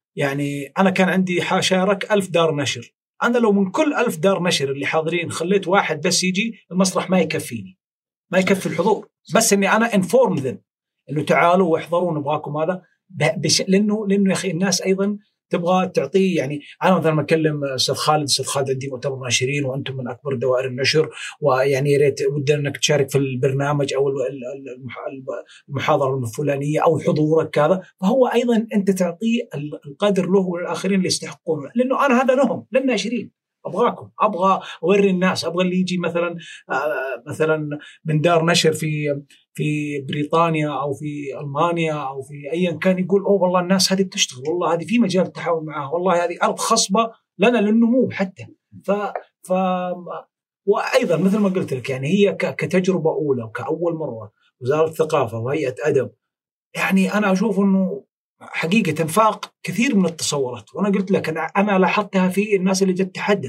يعني أنا كان عندي حاشارك ألف دار نشر، أنا لو من كل ألف دار نشر اللي حاضرين خليت واحد بس يجي المسرح ما يكفيني، ما يكفي الحضور، بس إني أنا inform them إنه تعالوا واحضروا نبغاكم هذا بش... لأنه لأنه يا أخي الناس أيضا تبغى تعطيه. يعني أنا مثلا ما أكلم أستاذ خالد، أستاذ خالد عندي مؤتمر ناشرين وأنتم من أكبر دوائر النشر، ويعني يا ريت ودنا إنك تشارك في البرنامج أو المحاضرة الفلانية أو حضورك هذا، فهو أيضا أنت تعطيه القدر له والآخرين اللي يستحقونه، لأنه أنا هذا لهم للناشرين، أبغاكم، أبغى أوري الناس، أبغى اللي يجي مثلا مثلا من دار نشر في في بريطانيا أو في ألمانيا أو في أيا كان يقول أوه والله الناس هذه بتشتغل، والله هذه في مجال التحاول معها، والله هذه أرض خصبة لنا للنمو حتى. ف ف وأيضا مثل ما قلت لك يعني هي كتجربة أولى وكأول مرة وزارة الثقافة وهيئة أدب، يعني أنا أشوف إنه حقيقة فاق كثير من التصورات. وأنا قلت لك أنا أنا لاحظتها في الناس اللي جت تحدثت،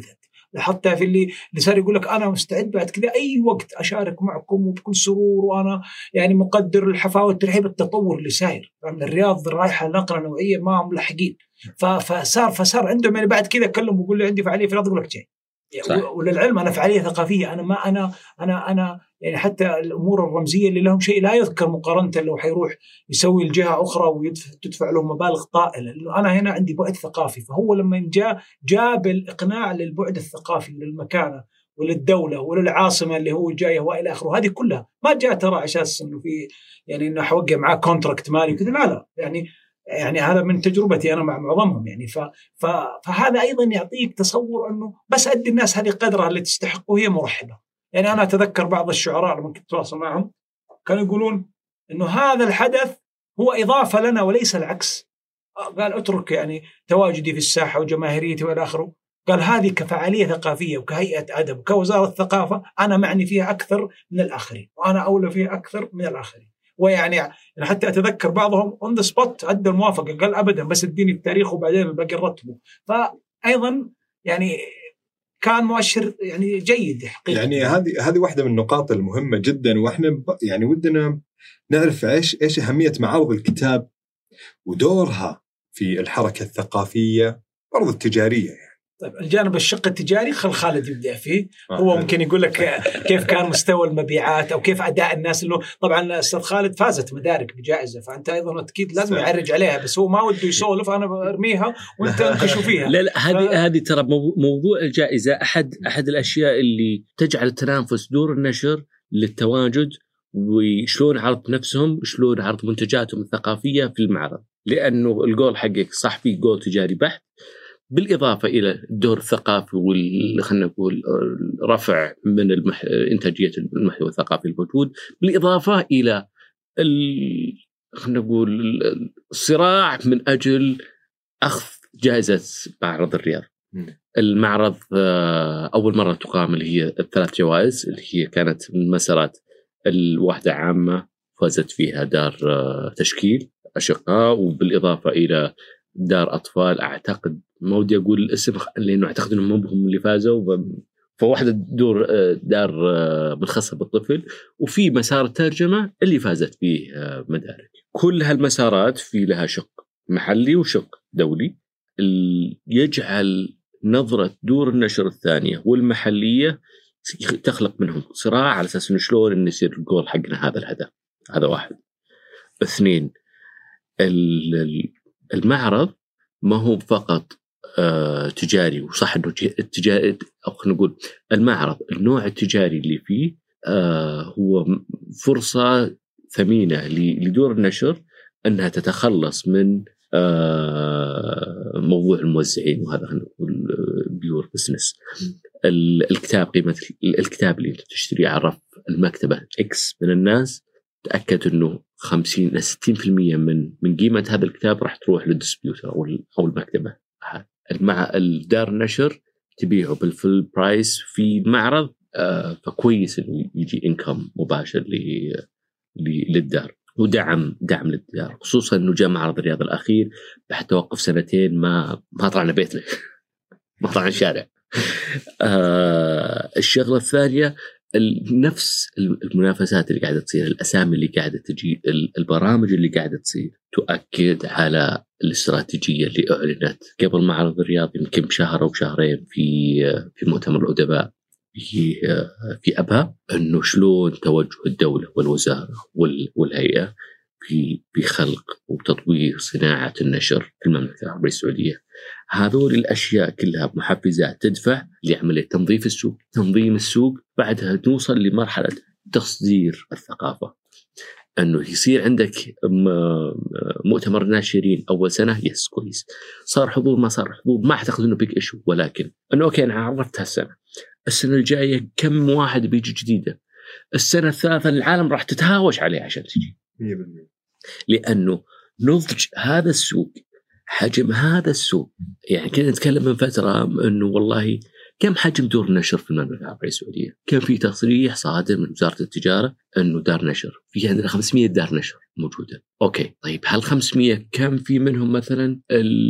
حتى في اللي اللي صار يقول لك انا مستعد بعد كذا اي وقت اشارك معكم وبكل سرور، وانا يعني مقدر الحفاوه والترحيب. التطور اللي ساير الرياض رايحه نقله نوعيه ما هم ملحقين، فصار فصار عندهم يعني بعد كذا كلم ويقول لي عندي فعاليه في الرياض، يقول لك جاي. وللعلم انا فعاليه ثقافيه، انا ما انا انا انا يعني حتى الامور الرمزيه اللي لهم شيء لا يذكر مقارنه لو حيروح يسوي الجهه اخرى وتدفع له مبالغ طائله، لانه انا هنا عندي بعد ثقافي. فهو لما جاء جاب الاقناع للبعد الثقافي للمكانه وللدوله وللعاصمه اللي هو جايه والى اخره، هذه كلها ما جاء ترى على اساس انه في يعني انه حوقع معاه كونتراكت مالي كذا، لا لا يعني يعني هذا من تجربتي أنا مع معظمهم يعني. ف ف فهذا أيضا يعطيك تصور أنه بس أدي الناس هذه قدرها اللي تستحق وهي مرحبة. يعني أنا أتذكر بعض الشعراء لما كنت أتواصل معهم كانوا يقولون أنه هذا الحدث هو إضافة لنا وليس العكس. قال أترك يعني تواجدي في الساحة وجماهيريتي وإلى آخره، قال هذه كفعالية ثقافية وكهيئة أدب وكوزارة ثقافة أنا معني فيها أكثر من الآخرين، وأنا أولى فيها أكثر من الآخرين. ويعني حتى أتذكر بعضهم on the spot أدى الموافقة، قال أبدا بس اديني التاريخ وبعدين الباقي نرتبه. فأيضا يعني كان مؤشر يعني جيد حقيقة. يعني هذه هذه واحدة من النقاط المهمة جدا، وإحنا يعني ودنا نعرف إيش إيش أهمية معارض الكتاب ودورها في الحركة الثقافية برضو التجارية يعني. طيب الجانب الشق التجاري خل خالد يبدأ فيه. هو ممكن يقول لك كيف كان مستوى المبيعات أو كيف أداء الناس. إنه طبعا أستاذ خالد فازت مدارك بجائزة، فأنت أيضا أكيد لازم يعرج عليها، بس هو ما وده يسولف، أنا برميها وأنت انكشوا فيها. لا لا هذه ف... هذه ترى موضوع الجائزة أحد أحد الأشياء اللي تجعل التنافس دور النشر للتواجد وشلون عرض نفسهم وشلون عرض منتجاتهم الثقافية في المعرض، لأنه الجول حقك صح فيه جول تجاري بحت، بالإضافة إلى الدور الثقافي وال خلينا نقول رفع من المح... إنتاجية المحتوى الثقافي الموجود، بالإضافة إلى ال... خلينا نقول الصراع من أجل أخذ جائزة معرض الرياض. المعرض أول مرة تقام اللي هي الثلاث جوائز اللي هي كانت من مسارات الواحدة عامة فازت فيها دار تشكيل أشقاء، وبالإضافة إلى دار أطفال أعتقد ما ودي أقول الاسم لأنه أعتقد أنهم هم اللي فازوا، فواحدة دور دار متخصصة بالطفل، وفي مسار الترجمة اللي فازت فيه مدارك. كل هالمسارات في لها شق محلي وشق دولي، يجعل نظرة دور النشر الثانية والمحلية تخلق منهم صراع على أساس إنه شلون إنه يصير الجول حقنا هذا الهدف. هذا واحد. اثنين، المعرض ما هو فقط آه تجاري، وصح إنه التجاري أو خلينا نقول المعرض النوع التجاري اللي فيه آه هو فرصة ثمينة لدور النشر أنها تتخلص من آه موضوع الموزعين، وهذا خلينا نقول بيور بزنس. الكتاب قيمة الكتاب اللي تشتريه على رف المكتبة إكس من الناس، تأكد إنه خمسين إلى ستين في المية من من قيمة هذا الكتاب راح تروح للديستريبيوتر أو أو المكتبة. مع الدار النشر تبيعه بالفل برايس في المعرض، آه فكويس إنه يجي إنكم مباشر للدار ودعم دعم للدار، خصوصا إنه جاء معرض الرياض الأخير بعد توقف سنتين ما ما طلعنا بيتنا ما طلعنا الشارع. آه الشغلة الثانية نفس المنافسات اللي قاعدة تصير، الأسامي اللي قاعدة تجي، البرامج اللي قاعدة تصير تؤكد على الاستراتيجية اللي أعلنت قبل معرض الرياض يمكن بشهر أو شهرين في في مؤتمر الأدباء في في أبها، إنه شلون توجه الدولة والوزارة والهيئة في بخلق وتطوير صناعة النشر في المملكة العربية السعودية. هذول الأشياء كلها محفزات تدفع لعملية تنظيف السوق، تنظيم السوق، بعدها نوصل لمرحلة تصدير الثقافة، أنه يصير عندك مؤتمر ناشرين أول سنة يس كويس، صار حضور ما صار حضور ما أعتقد أنه بيك إيشو، ولكن أنه أوكي أنا عرفت هالسنة، السنة الجاية كم واحد بيجي جديدة، السنة الثالثة العالم راح تتهاوش عليه عشان تجي، لأنه نضج هذا السوق، حجم هذا السوق. يعني كنا نتكلم من فترة أنه والله كم حجم دور النشر في المملكة العربية السعودية، كان في تصريح صادر من وزارة التجارة أنه دار نشر في عندنا خمسمية دار نشر موجودة. أوكي طيب هل خمسمية كم في منهم مثلا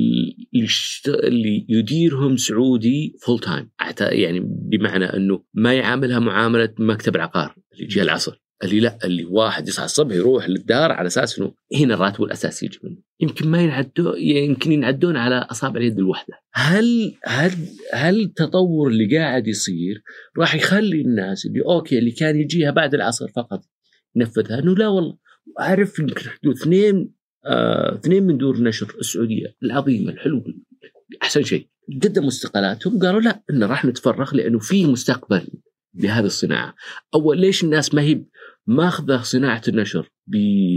اللي يديرهم سعودي فول تايم، يعني بمعنى أنه ما يعاملها معاملة مكتب العقار اللي جاء العصر، اللي لا اللي واحد يصحى الصبح يروح للدار على أساس أنه هنا الراتب الأساسي يجي منه، يمكن ما ينعدون يمكن ينعدون على أصابع اليد الواحدة. هل هل هل التطور اللي قاعد يصير راح يخلي الناس اللي أوكي اللي كان يجيها بعد العصر فقط ينفذها؟ أنه لا والله أعرف يمكن حدود اثنين آه، اثنين من دور النشر السعودية العظيمة الحلوة أحسن شيء قدموا استقالاتهم، قالوا لا إن راح نتفرغ لأنه في مستقبل لهذه الصناعة. أول ليش الناس ما هي ماخذة صناعة النشر ب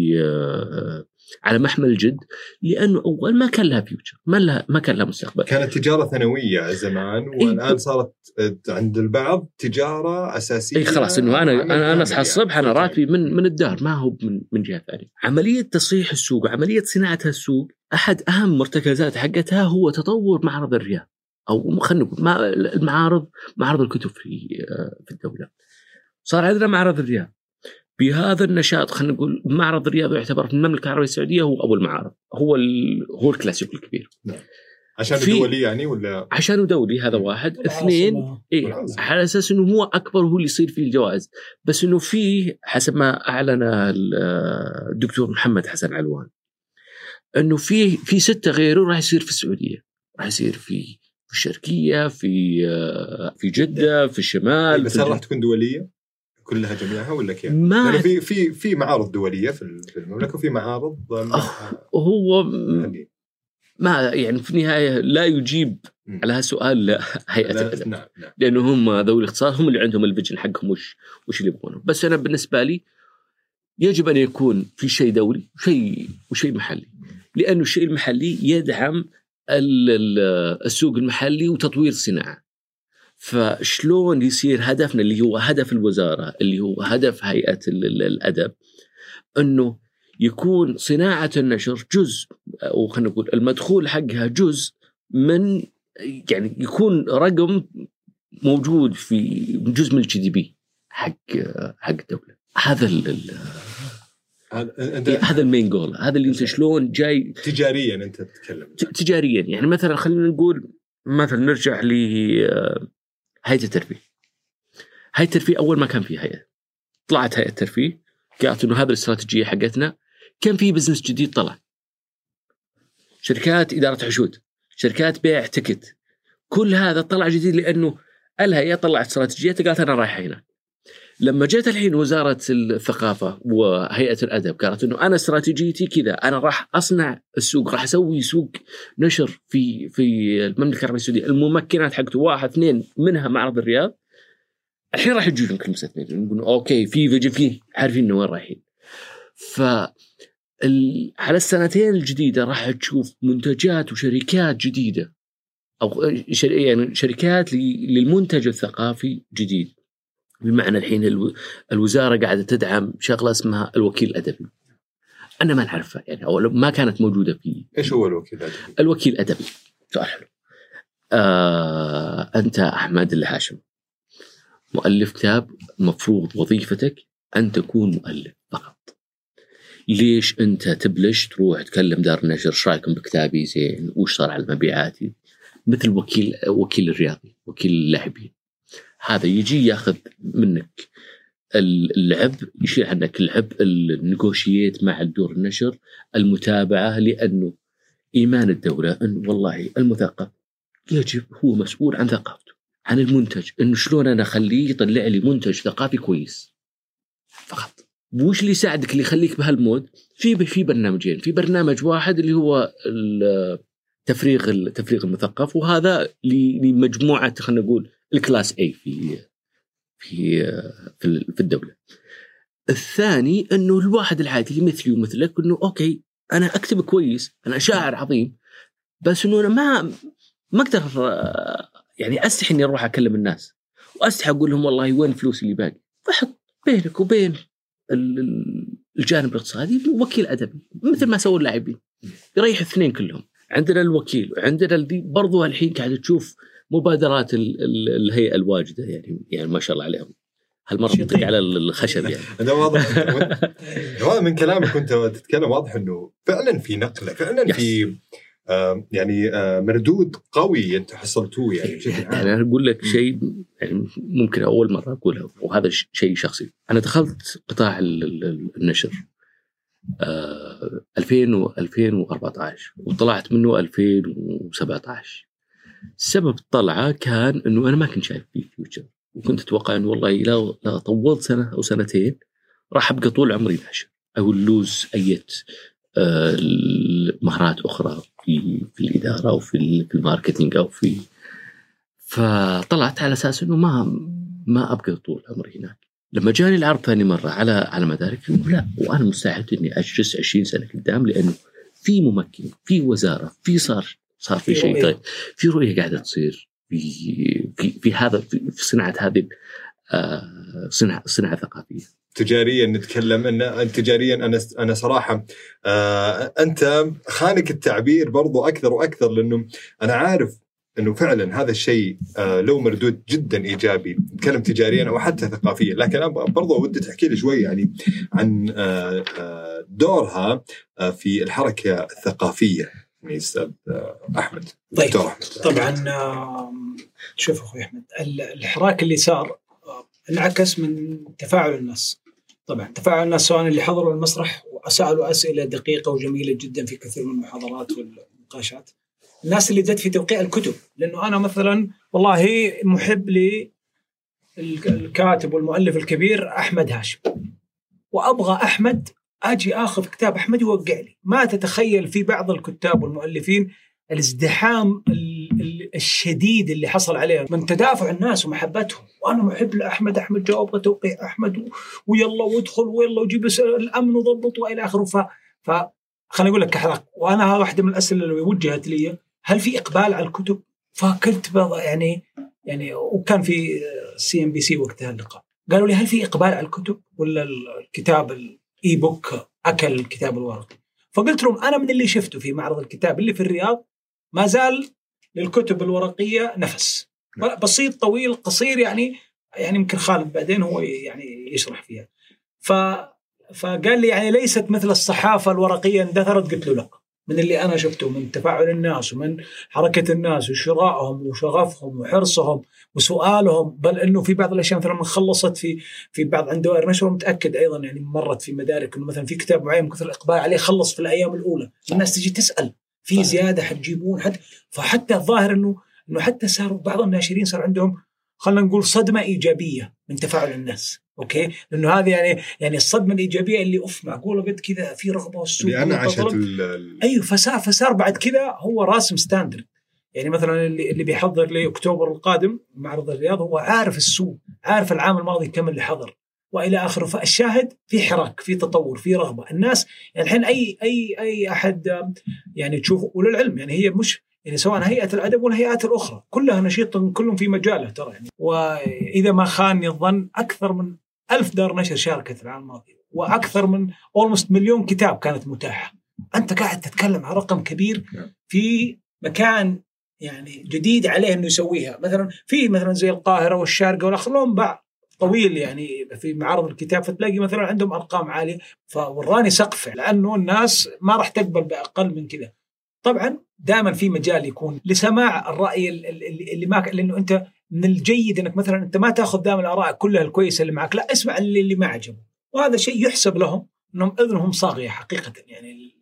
آه على محمل الجد؟ لأنه أول ما كان لها فيوتشر، ما لها ما كان لها مستقبل. كانت تجارة ثانوية زمان والآن صارت عند البعض تجارة أساسية. أي خلاص إنه أنا أنا أنا أصحى الصبح أنا راتبي من من الدار ما هو من من جهة ثانية. عملية تصحيح السوق، عملية صناعة السوق، أحد أهم مرتكزات حقتها هو تطور معرض الرياض، أو خلينا نقول المعارض، معرض الكتب في في الدولة. صار عندنا معرض الرياض بهذا النشاط. خلينا نقول معرض الرياض يعتبر في المملكة العربية السعودية هو أول معرض، هو هو الكلاسيكو الكبير. نعم. عشان دولي يعني ولا عشان دولي؟ هذا واحد. اثنين إيه على أساس إنه هو أكبر هو اللي يصير فيه الجوائز، بس إنه فيه حسب ما أعلن الدكتور محمد حسن علوان إنه فيه في ستة غيره راح يصير في السعودية، راح يصير في في الشرقية، في في جدة، في الشمال. بس راح تكون دولية كلها جميعها ولا كيف؟ ما في في في معارض دوليه في المملكه وفي معارض هو ما يعني في النهايه لا يجيب م. على هالسؤال هيئه الادب. نعم نعم. لانه هم ذوي الاختصاص هم اللي عندهم الفيجن حقهم وش وش اللي يبغونه. بس انا بالنسبه لي يجب ان يكون في شيء دولي وشيء وشيء محلي، لانه الشيء المحلي يدعم السوق المحلي وتطوير الصناعه. فشلون يصير هدفنا اللي هو هدف الوزارة، اللي هو هدف هيئة الأدب، أنه يكون صناعة النشر جزء، أو خلينا نقول المدخول حقها جزء من، يعني يكون رقم موجود في جزء من الجي دي بي حق حق الدولة. هذا ال هذا المين جول، هذا اللي انت شلون جاي تجاريا انت تتكلم تجاريا. يعني مثلا خلينا نقول مثلا نرجع ل هيئة الترفيه. هيئة الترفيه أول ما كان في هيئة، طلعت هيئة الترفيه قالت إنه هذه الاستراتيجية حقتنا. كان في بزنس جديد طلع، شركات إدارة حشود، شركات بيع تكت، كل هذا طلع جديد لأنه الهيئة طلعت استراتيجية قالت أنا رايح هنا. لما جت الحين وزارة الثقافة وهيئة الأدب قالت إنه أنا استراتيجيتي كذا، أنا راح أصنع السوق، راح أسوي سوق نشر في في المملكة العربية السعودية. الممكنات حقته واحد اثنين منها معرض الرياض. الحين راح يجون كل مستثمرين يقولون أوكي في فيجن فيه، عارفين إنه وين رايحين. ف على السنتين الجديدة راح تشوف منتجات وشركات جديدة، أو يعني شركات للمنتج الثقافي جديد. بمعنى الحين الوزارة قاعدة تدعم شغلة اسمها الوكيل الأدبي. أنا ما نعرفها يعني، أو ما كانت موجودة في. إيش هو الوكيل الأدبي؟ الوكيل الأدبي سؤال حلو. آه، أنت أحمد الهاشم مؤلف كتاب، مفروض وظيفتك أن تكون مؤلف فقط. ليش أنت تبلش تروح تكلم دار النشر إيش رأيكم بكتابي زين وش صار على مبيعاتي؟ مثل وكيل وكيل الرياضي، وكيل اللاعبين، هذا يجي ياخذ منك اللعب، يشيل عنك اللعب، النيغوشيات مع الدور النشر، المتابعة. لأنه إيمان الدولة أن والله المثقف يجب هو مسؤول عن ثقافته، عن المنتج، إنه شلون أنا أخليه يطلع لي منتج ثقافي كويس فقط. وش اللي يساعدك اللي يخليك بهالمود؟ في في برنامجين. في برنامج واحد اللي هو التفريغ التفريغ المثقف، وهذا لمجموعة خلينا نقول الكلاس A في في في الدولة. الثاني إنه الواحد العادي اللي مثلي ومثلك، إنه أوكي أنا أكتب كويس، أنا شاعر عظيم، بس إنه أنا ما ما أقدر يعني أستحي إني أروح أكلم الناس وأستحي أقول لهم والله وين فلوس اللي باقي. فحط بينك وبين الجانب الاقتصادي وكيل أدبي، مثل ما سووا اللاعبين، يريح اثنين كلهم. عندنا الوكيل وعندنا الذي برضو الحين قاعد تشوف مبادرات الهيئة الواجدة، يعني يعني ما شاء الله عليهم، هالمرة منطق على الخشب يعني. هذا واضح. واضح من كلامك كنت تتكلم واضح إنه فعلا في نقلة، فعلا في آه يعني آه مردود قوي أنت حصلتوه يعني بشكل عام. يعني أنا أقول لك شيء يعني ممكن أول مرة أقوله، وهذا شيء شخصي. أنا دخلت قطاع النشر آه ألفين وأربعة عشر وطلعت منه ألفين وسبعة عشر. سبب الطلعة كان إنه أنا ما كنت شايف فيه فيوتشر، وكنت أتوقع إنه والله لا لا طولت سنة أو سنتين راح أبقى طول عمري ناشر أو اللوز أية آه مهارات أخرى في في الإدارة أو في في الماركتينج أو في. فطلعت على أساس إنه ما ما أبقى طول عمري هناك. لما جاني العرض ثاني مرة على على مدارك، لا وأنا مستعد إني أجلس عشرين سنة قدام، لأنه في ممكن، في وزارة، في صار صار في شيء طيب، في رؤية قاعدة تصير في في في هذا في صناعة هذه آه صناعة صناعة ثقافية. تجاريا نتكلم ان تجاريا انا انا صراحه آه انت خانك التعبير برضو اكثر واكثر، لانه انا عارف انه فعلا هذا الشيء آه له مردود جدا ايجابي، نتكلم تجاريا او حتى ثقافيا. لكن انا برضو ودي تحكي لي شوي يعني عن آه آه دورها آه في الحركه الثقافيه من استاذ آه احمد. طيب طبعا شوف اخوي احمد، الحراك اللي صار انعكس من تفاعل الناس. طبعا تفاعل الناس سواء اللي حضروا المسرح وسألوا أسئلة دقيقة وجميلة جدا في كثير من المحاضرات والنقاشات، الناس اللي جت في توقيع الكتب. لأنه أنا مثلا والله محب لي الكاتب والمؤلف الكبير أحمد هاشم، وأبغى أحمد أجي أخذ كتاب أحمد يوقع لي. ما تتخيل في بعض الكتاب والمؤلفين الازدحام الشديد اللي حصل عليه من تدافع الناس ومحبتهم، وأنا محب لأحمد، أحمد جاوب توقيع أحمد ويلا وادخل ويلا وجيب الأمن وضبط وإلى آخره. ف فخليني أقول لك كحراك، وأنا واحدة من الأسئلة اللي وجهت لي هل في إقبال على الكتب؟ فكنت يعني يعني وكان في سي ام بي سي وقتها اللقاء، قالوا لي هل في إقبال على الكتب ولا الكتاب الإي بوك أكل الكتاب الورقي؟ فقلت لهم أنا من اللي شفته في معرض الكتاب اللي في الرياض ما زال للكتب الورقية نفس بسيط طويل قصير، يعني يعني يمكن خالد بعدين هو يعني يشرح فيها. ف فقال لي يعني ليست مثل الصحافة الورقية اندثرت. قلت له لا، من اللي أنا شفته من تفاعل الناس ومن حركة الناس وشرائهم وشغفهم وحرصهم وسؤالهم، بل إنه في بعض الأشياء مثلا من خلصت في في بعض عند دوائر نشر متأكد أيضا يعني مرت في مدارك إنه مثلا في كتاب معين كثر الإقبال عليه خلص في الأيام الأولى، الناس تجي تسأل في زيادة حتجيبون حتى. فحتى الظاهر إنه إنه حتى صاروا بعض الناشرين صار عندهم خلنا نقول صدمة إيجابية من تفاعل الناس. أوكي، لأنه هذه يعني يعني الصدمة الإيجابية اللي أوف معقولة قد كذا في رغبة والسوق اللي أنا عشت أيوه. فصار فصار بعد كذا هو راسم ستاندرد. يعني مثلا اللي اللي بيحضر لي أكتوبر القادم معرض الرياض هو عارف السوق، عارف العام الماضي كم اللي حضر وإلى آخره. فالشاهد في حراك، في تطور، في رغبة الناس. يعني الحين أي أي أي أحد يعني تشوف وللعلم يعني هي مش يعني سواء هيئة الأدب والهيئات الأخرى كلها نشيط، كلهم في مجاله ترى يعني. وإذا ما خانني الظن أكثر من ألف دار نشر شاركت العام الماضي، وأكثر من almost مليون كتاب كانت متاحة. أنت قاعد تتكلم عن رقم كبير في مكان يعني جديد عليه إنه يسويها. مثلا في مثلا زي القاهرة والشارقة والآخرون باع طويل يعني في معارض الكتاب، فتلاقي مثلا عندهم أرقام عالية. فوراني سقف، لأنه الناس ما راح تقبل بأقل من كذا. طبعا دائما في مجال يكون لسماع الرأي اللي معك، لأنه أنت من الجيد أنك مثلا أنت ما تأخذ دائما الآراء كلها الكويسة اللي معك، لا اسمع اللي, اللي ما عجبه. وهذا شيء يحسب لهم أنهم أذنهم صاغية حقيقة، يعني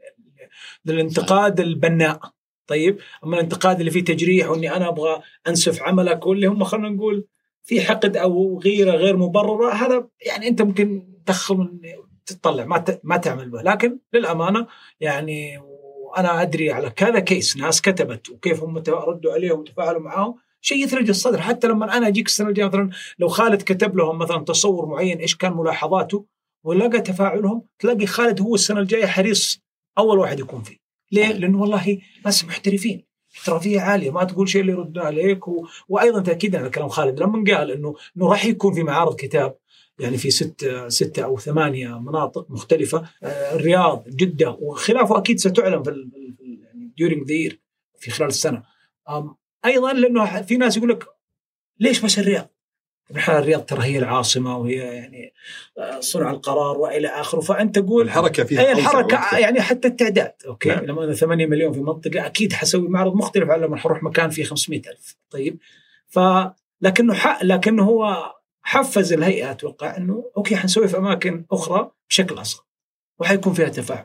الانتقاد البناء. طيب أما الانتقاد اللي فيه تجريح وأني أنا أبغى أنسف عملك واللي هم خلنا نقول في حقد أو غيرة غير مبررة، هذا يعني أنت ممكن تدخل تطلع ما ما تعمل به. لكن للأمانة يعني أنا أدري على كذا كيس ناس كتبت وكيف هم ردوا عليهم وتفاعلوا معهم، شيء يثلج الصدر. حتى لما أنا أجيك السنة الجاية مثلا لو خالد كتب لهم مثلا تصور معين إيش كان ملاحظاته ولقى تفاعلهم، تلاقي خالد هو السنة الجاية حريص أول واحد يكون فيه. ليه؟ لأنه والله ناس محترفين، احترافية عالية، ما تقول شيء اللي يردنا عليك. و... وأيضا تأكيد على كلام خالد لما قال إنه إنه راح يكون في معارض كتاب يعني في ست ستة أو ثمانية مناطق مختلفة، الرياض، جدة وخلافه أكيد ستعلن في ال يعني during the year في خلال السنة. أيضا لأنه في ناس يقول لك ليش بس الرياض؟ بالحالة الرياض ترى هي العاصمة وهي يعني صنع القرار وإلى آخره، فأنت تقول الحركة فيها أي الحركة يعني حتى التعداد أوكي نعم. لما أنا ثمانية مليون في منطقة أكيد حسوي معرض مختلف على لما حروح مكان فيه خمسمائة ألف. طيب ف لكنه حق لكنه هو حفز الهيئة أتوقع إنه أوكي حنسوي في أماكن أخرى بشكل أصغر وحيكون فيها تفاعل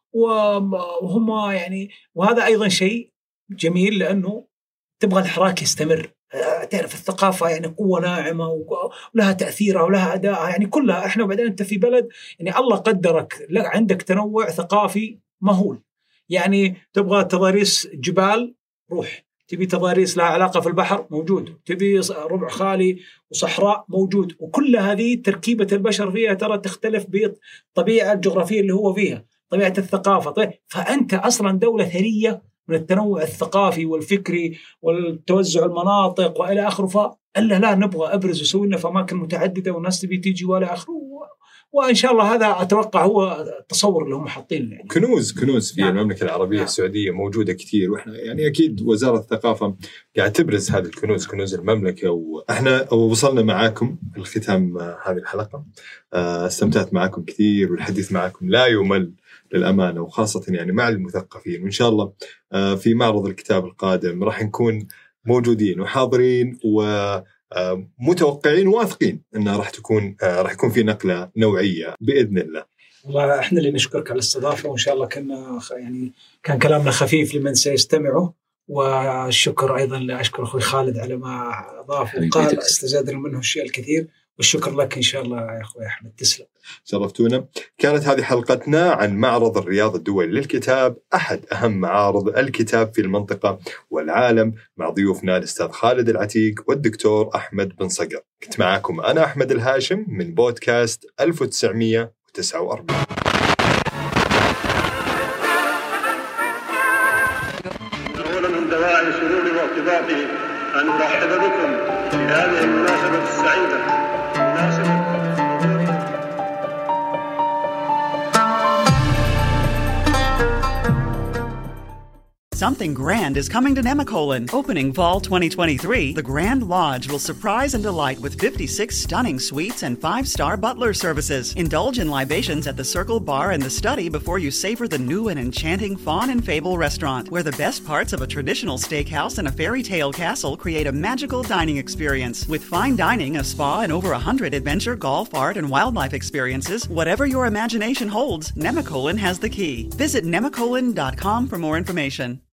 وهم يعني، وهذا أيضا شيء جميل لأنه تبغى الحراك يستمر. تعرف الثقافة يعني قوة ناعمة ولها تأثيرها ولها أداءها يعني كلها إحنا، وبعدين أنت في بلد يعني الله قدرك عندك تنوع ثقافي مهول. يعني تبغى تضاريس جبال روح، تبي تضاريس لها علاقة في البحر موجود، تبي ربع خالي وصحراء موجود، وكل هذه تركيبة البشر فيها ترى تختلف بالطبيعة الجغرافية اللي هو فيها، طبيعة الثقافة. طيب فأنت أصلا دولة ثرية من التنوع الثقافي والفكري والتوزع المناطق وإلى آخره، فألا لا نبغى أبرز وسوي لنا في أماكن متعددة والناس تبي تيجي وإلى آخره. وإن شاء الله هذا أتوقع هو التصور اللي هم حاطين يعني. كنوز كنوز في نعم. المملكة العربية نعم. السعودية موجودة كثير، وإحنا يعني أكيد وزارة الثقافة قاعد تبرز هذه الكنوز، كنوز المملكة. وإحنا وصلنا معاكم الختام هذه الحلقة، استمتعت معاكم كثير والحديث معاكم لا يمل للأمانة، وخاصة يعني مع المثقفين. وإن شاء الله في معرض الكتاب القادم راح نكون موجودين وحاضرين ومتوقعين واثقين أنها راح تكون راح يكون في نقلة نوعية بإذن الله. والله إحنا اللي نشكرك على الاستضافة، وإن شاء الله كنا يعني كان كلامنا خفيف لمن سيستمعه، والشكر أيضا لأشكر أخوي خالد على ما أضاف وقال استزادنا منه الشيء الكثير، والشكر لك إن شاء الله يا أخوي أحمد، تسلم. شرفتونا. كانت هذه حلقتنا عن معرض الرياض الدولي للكتاب، أحد أهم معارض الكتاب في المنطقة والعالم، مع ضيوفنا الأستاذ خالد العتيق والدكتور أحمد بن صقر. كنت معكم أنا أحمد الهاشم من بودكاست ألف وتسعمائة وتسعة وأربعين. أولا من دواعي سروري وارتباطي أن أرحب بكم في هذه المناسبة السعيدة، مناسبة Something grand is coming to Nemacolin. Opening fall twenty twenty-three, the Grand Lodge will surprise and delight with fifty-six stunning suites and five-star butler services. Indulge in libations at the Circle Bar and the Study before you savor the new and enchanting Fawn and Fable restaurant, where the best parts of a traditional steakhouse and a fairy tale castle create a magical dining experience. With fine dining, a spa, and over a hundred adventure, golf, art, and wildlife experiences, whatever your imagination holds, Nemacolin has the key. Visit nemacolin dot com for more information.